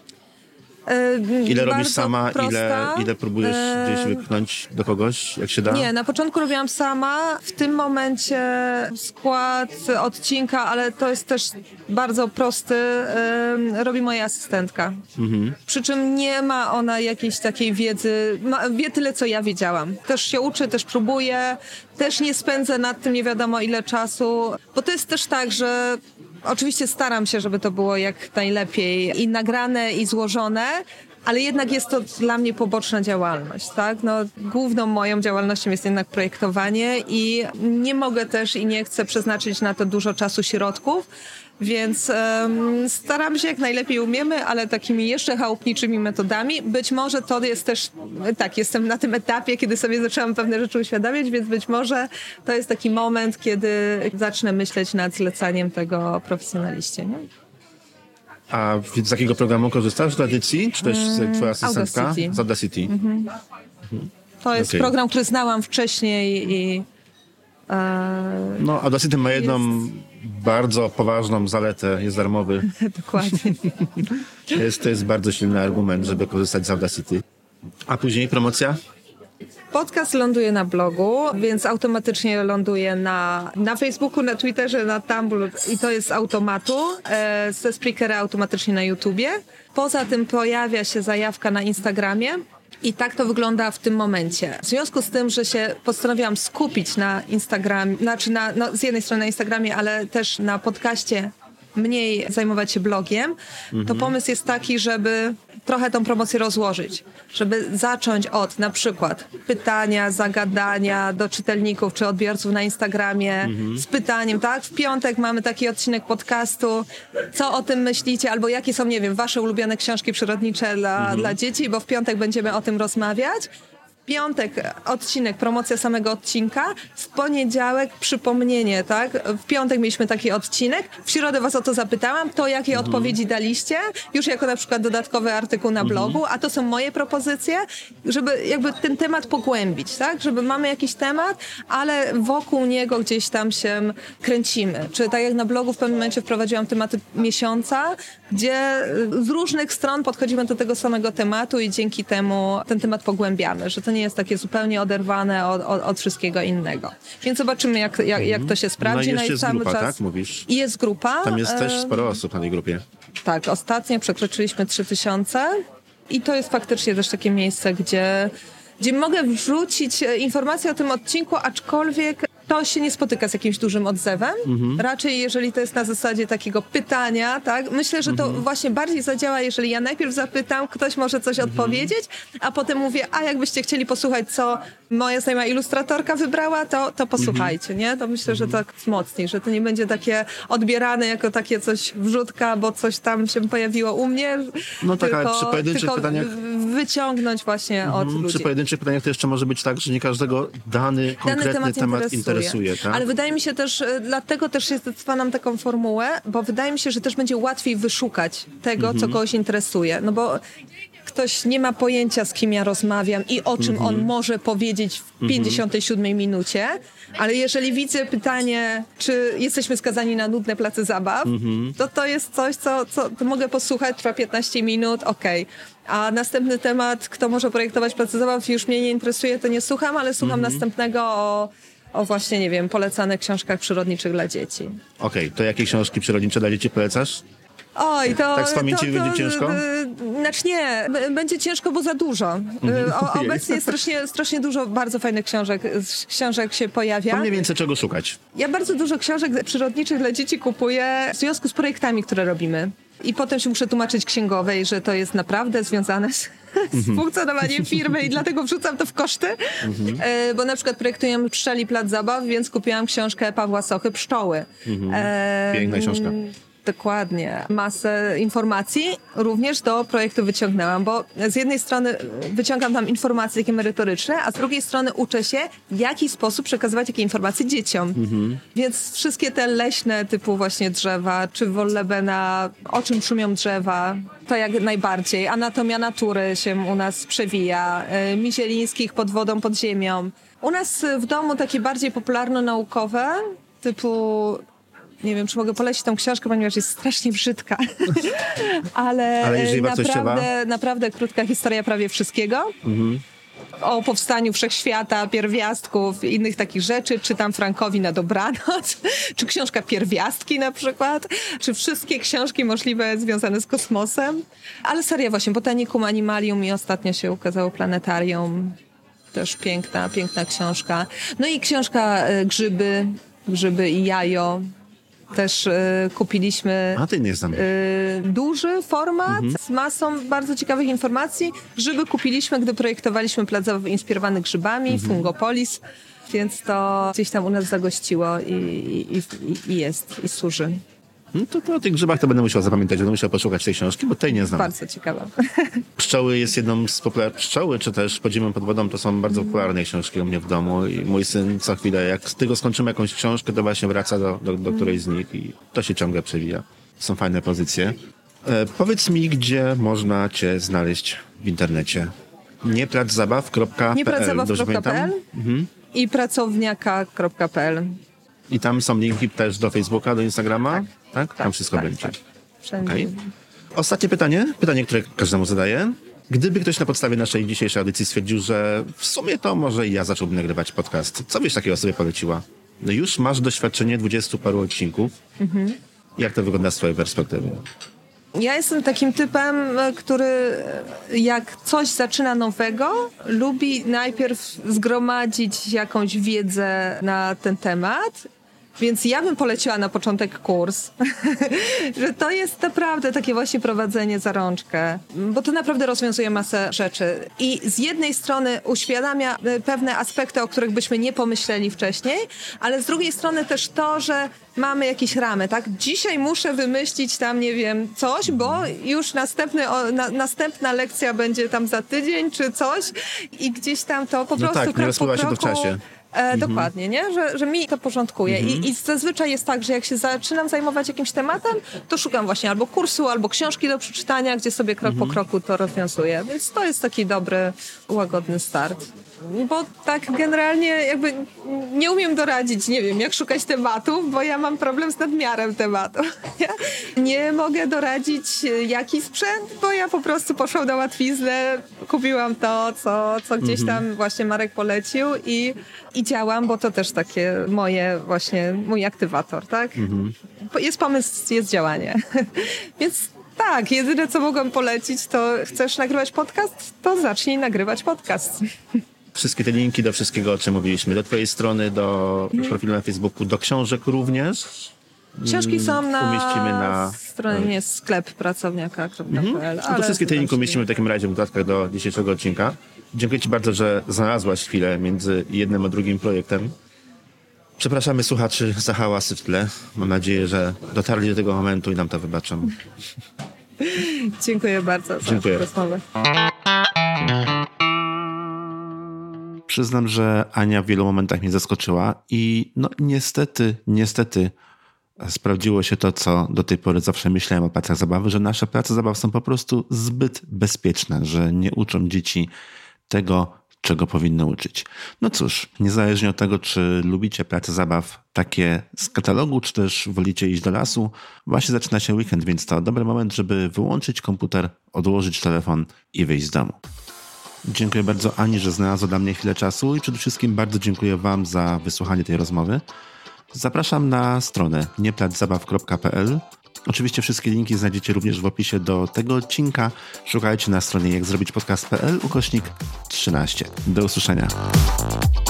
Ile robisz sama, ile próbujesz gdzieś wypchnąć do kogoś, jak się da? Nie, na początku robiłam sama. W tym momencie skład odcinka, ale to jest też bardzo prosty, robi moja asystentka. Przy czym nie ma ona jakiejś takiej wiedzy, wie tyle, co ja wiedziałam. Też się uczy, też próbuje, też nie spędzę nad tym nie wiadomo ile czasu, bo to jest też tak, że oczywiście staram się, żeby to było jak najlepiej i nagrane, i złożone, ale jednak jest to dla mnie poboczna działalność, tak? No, główną moją działalnością jest jednak projektowanie i nie mogę też i nie chcę przeznaczyć na to dużo czasu, środków, więc staram się jak najlepiej umiemy, ale takimi jeszcze chałupniczymi metodami. Być może to jest też, tak, jestem na tym etapie, kiedy sobie zaczęłam pewne rzeczy uświadamiać, więc być może to jest taki moment, kiedy zacznę myśleć nad zlecaniem tego profesjonaliście, nie? A z jakiego programu korzystasz do edycji? Czy też twoja asystentka? Audacity. Z Audacity. To jest program, który znałam wcześniej i... No, Audacity ma jedną bardzo poważną zaletę, jest darmowy. Dokładnie. To jest bardzo silny argument, żeby korzystać z Audacity. A później promocja? Podcast ląduje na blogu, więc automatycznie ląduje na Facebooku, na Twitterze, na Tumblr i to jest z automatu. Ze Spreakera automatycznie na YouTubie. Poza tym pojawia się zajawka na Instagramie. I tak to wygląda w tym momencie. W związku z tym, że się postanowiłam skupić na Instagramie, znaczy z jednej strony na Instagramie, ale też na podcaście, mniej zajmować się blogiem, to pomysł jest taki, żeby trochę tą promocję rozłożyć. Żeby zacząć od na przykład pytania, zagadania do czytelników czy odbiorców na Instagramie z pytaniem, tak? W piątek mamy taki odcinek podcastu, co o tym myślicie, albo jakie są, nie wiem, wasze ulubione książki przyrodnicze dla dzieci, bo w piątek będziemy o tym rozmawiać. W piątek odcinek, promocja samego odcinka, w poniedziałek przypomnienie, tak? W piątek mieliśmy taki odcinek, w środę was o to zapytałam, to jakie odpowiedzi daliście, już jako na przykład dodatkowy artykuł na blogu, a to są moje propozycje, żeby jakby ten temat pogłębić, tak? Żeby mamy jakiś temat, ale wokół niego gdzieś tam się kręcimy. Czy tak jak na blogu w pewnym momencie wprowadziłam tematy miesiąca, gdzie z różnych stron podchodzimy do tego samego tematu i dzięki temu ten temat pogłębiamy, że to nie jest takie zupełnie oderwane od wszystkiego innego. Więc zobaczymy, jak to się sprawdzi. No i jeszcze jest grupa, tak? Mówisz? I jest grupa. Tam jest też sporo osób na tej grupie. Tak, ostatnio przekroczyliśmy 3000 i to jest faktycznie też takie miejsce, gdzie mogę wrzucić informacje o tym odcinku, aczkolwiek to się nie spotyka z jakimś dużym odzewem. Raczej jeżeli to jest na zasadzie takiego pytania, tak? Myślę, że to właśnie bardziej zadziała, jeżeli ja najpierw zapytam, ktoś może coś odpowiedzieć, a potem mówię, a jakbyście chcieli posłuchać, co moja znajoma ilustratorka wybrała, to posłuchajcie, nie? To myślę, że tak wzmocni, że to nie będzie takie odbierane jako takie coś wrzutka, bo coś tam się pojawiło u mnie. No tak, ale przy pojedynczych pytaniach... wyciągnąć właśnie od ludzi. Przy pojedynczych pytaniach to jeszcze może być tak, że nie każdego dany konkretny temat interesuje. Tak? Ale wydaje mi się też, dlatego też się zdecydowałam na taką formułę, bo wydaje mi się, że też będzie łatwiej wyszukać tego, co kogoś interesuje. No bo ktoś nie ma pojęcia, z kim ja rozmawiam i o czym on może powiedzieć w 57 minucie, ale jeżeli widzę pytanie, czy jesteśmy skazani na nudne place zabaw, to jest coś, co mogę posłuchać, trwa 15 minut, okej. A następny temat, kto może projektować place zabaw, już mnie nie interesuje, to nie słucham, ale słucham następnego o właśnie, nie wiem, polecanych książkach przyrodniczych dla dzieci. Okej, to jakie książki przyrodnicze dla dzieci polecasz? Oj, to... Tak z pamięci będzie ciężko? Znaczy nie, będzie ciężko, bo za dużo. Obecnie strasznie dużo bardzo fajnych książek się pojawia. To mniej więcej czego szukać? Ja bardzo dużo książek przyrodniczych dla dzieci kupuję w związku z projektami, które robimy. I potem się muszę tłumaczyć księgowej, że to jest naprawdę związane z funkcjonowaniem firmy i dlatego wrzucam to w koszty. Bo na przykład projektujemy Pszczeli Plac Zabaw, więc kupiłam książkę Pawła Sochy Pszczoły. Piękna książka. Dokładnie. Masę informacji również do projektu wyciągnęłam, bo z jednej strony wyciągam tam informacje takie merytoryczne, a z drugiej strony uczę się, w jaki sposób przekazywać takie informacje dzieciom. Więc wszystkie te leśne typu właśnie drzewa, czy Wollebena, o czym szumią drzewa, to jak najbardziej. Anatomia natury się u nas przewija. Mizielińskich pod wodą, pod ziemią. U nas w domu takie bardziej popularno-naukowe, typu... Nie wiem, czy mogę polecić tą książkę, ponieważ jest strasznie brzydka. Ale naprawdę krótka historia prawie wszystkiego. O powstaniu wszechświata, pierwiastków i innych takich rzeczy. Czytam Frankowi na dobranoc. Czy książka Pierwiastki na przykład. Czy wszystkie książki możliwe związane z kosmosem. Ale seria właśnie, Botanicum Animalium i ostatnio się ukazało Planetarium. Też piękna książka. No i książka Grzyby i jajo. Też kupiliśmy duży format z masą bardzo ciekawych informacji. Grzyby kupiliśmy, gdy projektowaliśmy plac zabaw inspirowany grzybami, Fungopolis, więc to gdzieś tam u nas zagościło i jest, i służy. No to o tych grzybach to będę musiał zapamiętać, będę musiał poszukać tej książki, bo tej nie znam. Bardzo ciekawa. Pszczoły jest jedną z popularnych... Pszczoły, czy też Podziemiem pod wodą, to są bardzo popularne książki u mnie w domu i mój syn co chwilę, jak z tego skończymy jakąś książkę, to właśnie wraca do którejś z nich i to się ciągle przewija. Są fajne pozycje. Powiedz mi, gdzie można cię znaleźć w internecie? nieplaczabaw.pl i pracowniaka.pl. I tam są linki też do Facebooka, do Instagrama? Tak? Tam wszystko będzie. Tak. Okay. Ostatnie pytanie, które każdemu zadaję. Gdyby ktoś na podstawie naszej dzisiejszej audycji stwierdził, że w sumie to może i ja zacząłbym nagrywać podcast, co byś takiego sobie poleciła? No już masz doświadczenie 20 paru odcinków. Jak to wygląda z twojej perspektywy? Ja jestem takim typem, który jak coś zaczyna nowego, lubi najpierw zgromadzić jakąś wiedzę na ten temat. Więc ja bym poleciła na początek kurs, że to jest naprawdę takie właśnie prowadzenie za rączkę, bo to naprawdę rozwiązuje masę rzeczy. I z jednej strony uświadamia pewne aspekty, o których byśmy nie pomyśleli wcześniej, ale z drugiej strony też to, że mamy jakieś ramy, tak? Dzisiaj muszę wymyślić tam, nie wiem, coś, bo już następna lekcja będzie tam za tydzień czy coś i gdzieś tam to po prostu nie rozpływa się to w czasie. Dokładnie, nie? Że mi to porządkuje. I zazwyczaj jest tak, że jak się zaczynam zajmować jakimś tematem, to szukam właśnie albo kursu, albo książki do przeczytania, gdzie sobie krok po kroku to rozwiązuję. Więc to jest taki dobry, łagodny start. Bo tak generalnie jakby nie umiem doradzić, nie wiem, jak szukać tematów, bo ja mam problem z nadmiarem tematu. Nie mogę doradzić, jaki sprzęt, bo ja po prostu poszłam na łatwiznę, kupiłam to, co gdzieś tam właśnie Marek polecił i działam, bo to też takie mój aktywator, tak? Jest pomysł, jest działanie. Więc tak, jedyne co mogłam polecić, to chcesz nagrywać podcast, to zacznij nagrywać podcast. Wszystkie te linki do wszystkiego, o czym mówiliśmy, do twojej strony, do profilu na Facebooku, do książek również. Książki są umieścimy na stronie skleppracowniaka.pl. To wszystkie te linki umieścimy w takim razie w dodatkach do dzisiejszego odcinka. Dziękuję ci bardzo, że znalazłaś chwilę między jednym a drugim projektem. Przepraszamy słuchaczy za hałasy w tle. Mam nadzieję, że dotarli do tego momentu i nam to wybaczą. Dziękuję bardzo za rozmowę. Przyznam, że Ania w wielu momentach mnie zaskoczyła i no niestety sprawdziło się to, co do tej pory zawsze myślałem o placach zabawy, że nasze place zabaw są po prostu zbyt bezpieczne, że nie uczą dzieci tego, czego powinny uczyć. No cóż, niezależnie od tego, czy lubicie place zabaw takie z katalogu, czy też wolicie iść do lasu, właśnie zaczyna się weekend, więc to dobry moment, żeby wyłączyć komputer, odłożyć telefon i wyjść z domu. Dziękuję bardzo Ani, że znalazła dla mnie chwilę czasu i przede wszystkim bardzo dziękuję wam za wysłuchanie tej rozmowy. Zapraszam na stronę nieplaczabaw.pl. Oczywiście wszystkie linki znajdziecie również w opisie do tego odcinka. Szukajcie na stronie jakzrobićpodcast.pl/13. Do usłyszenia.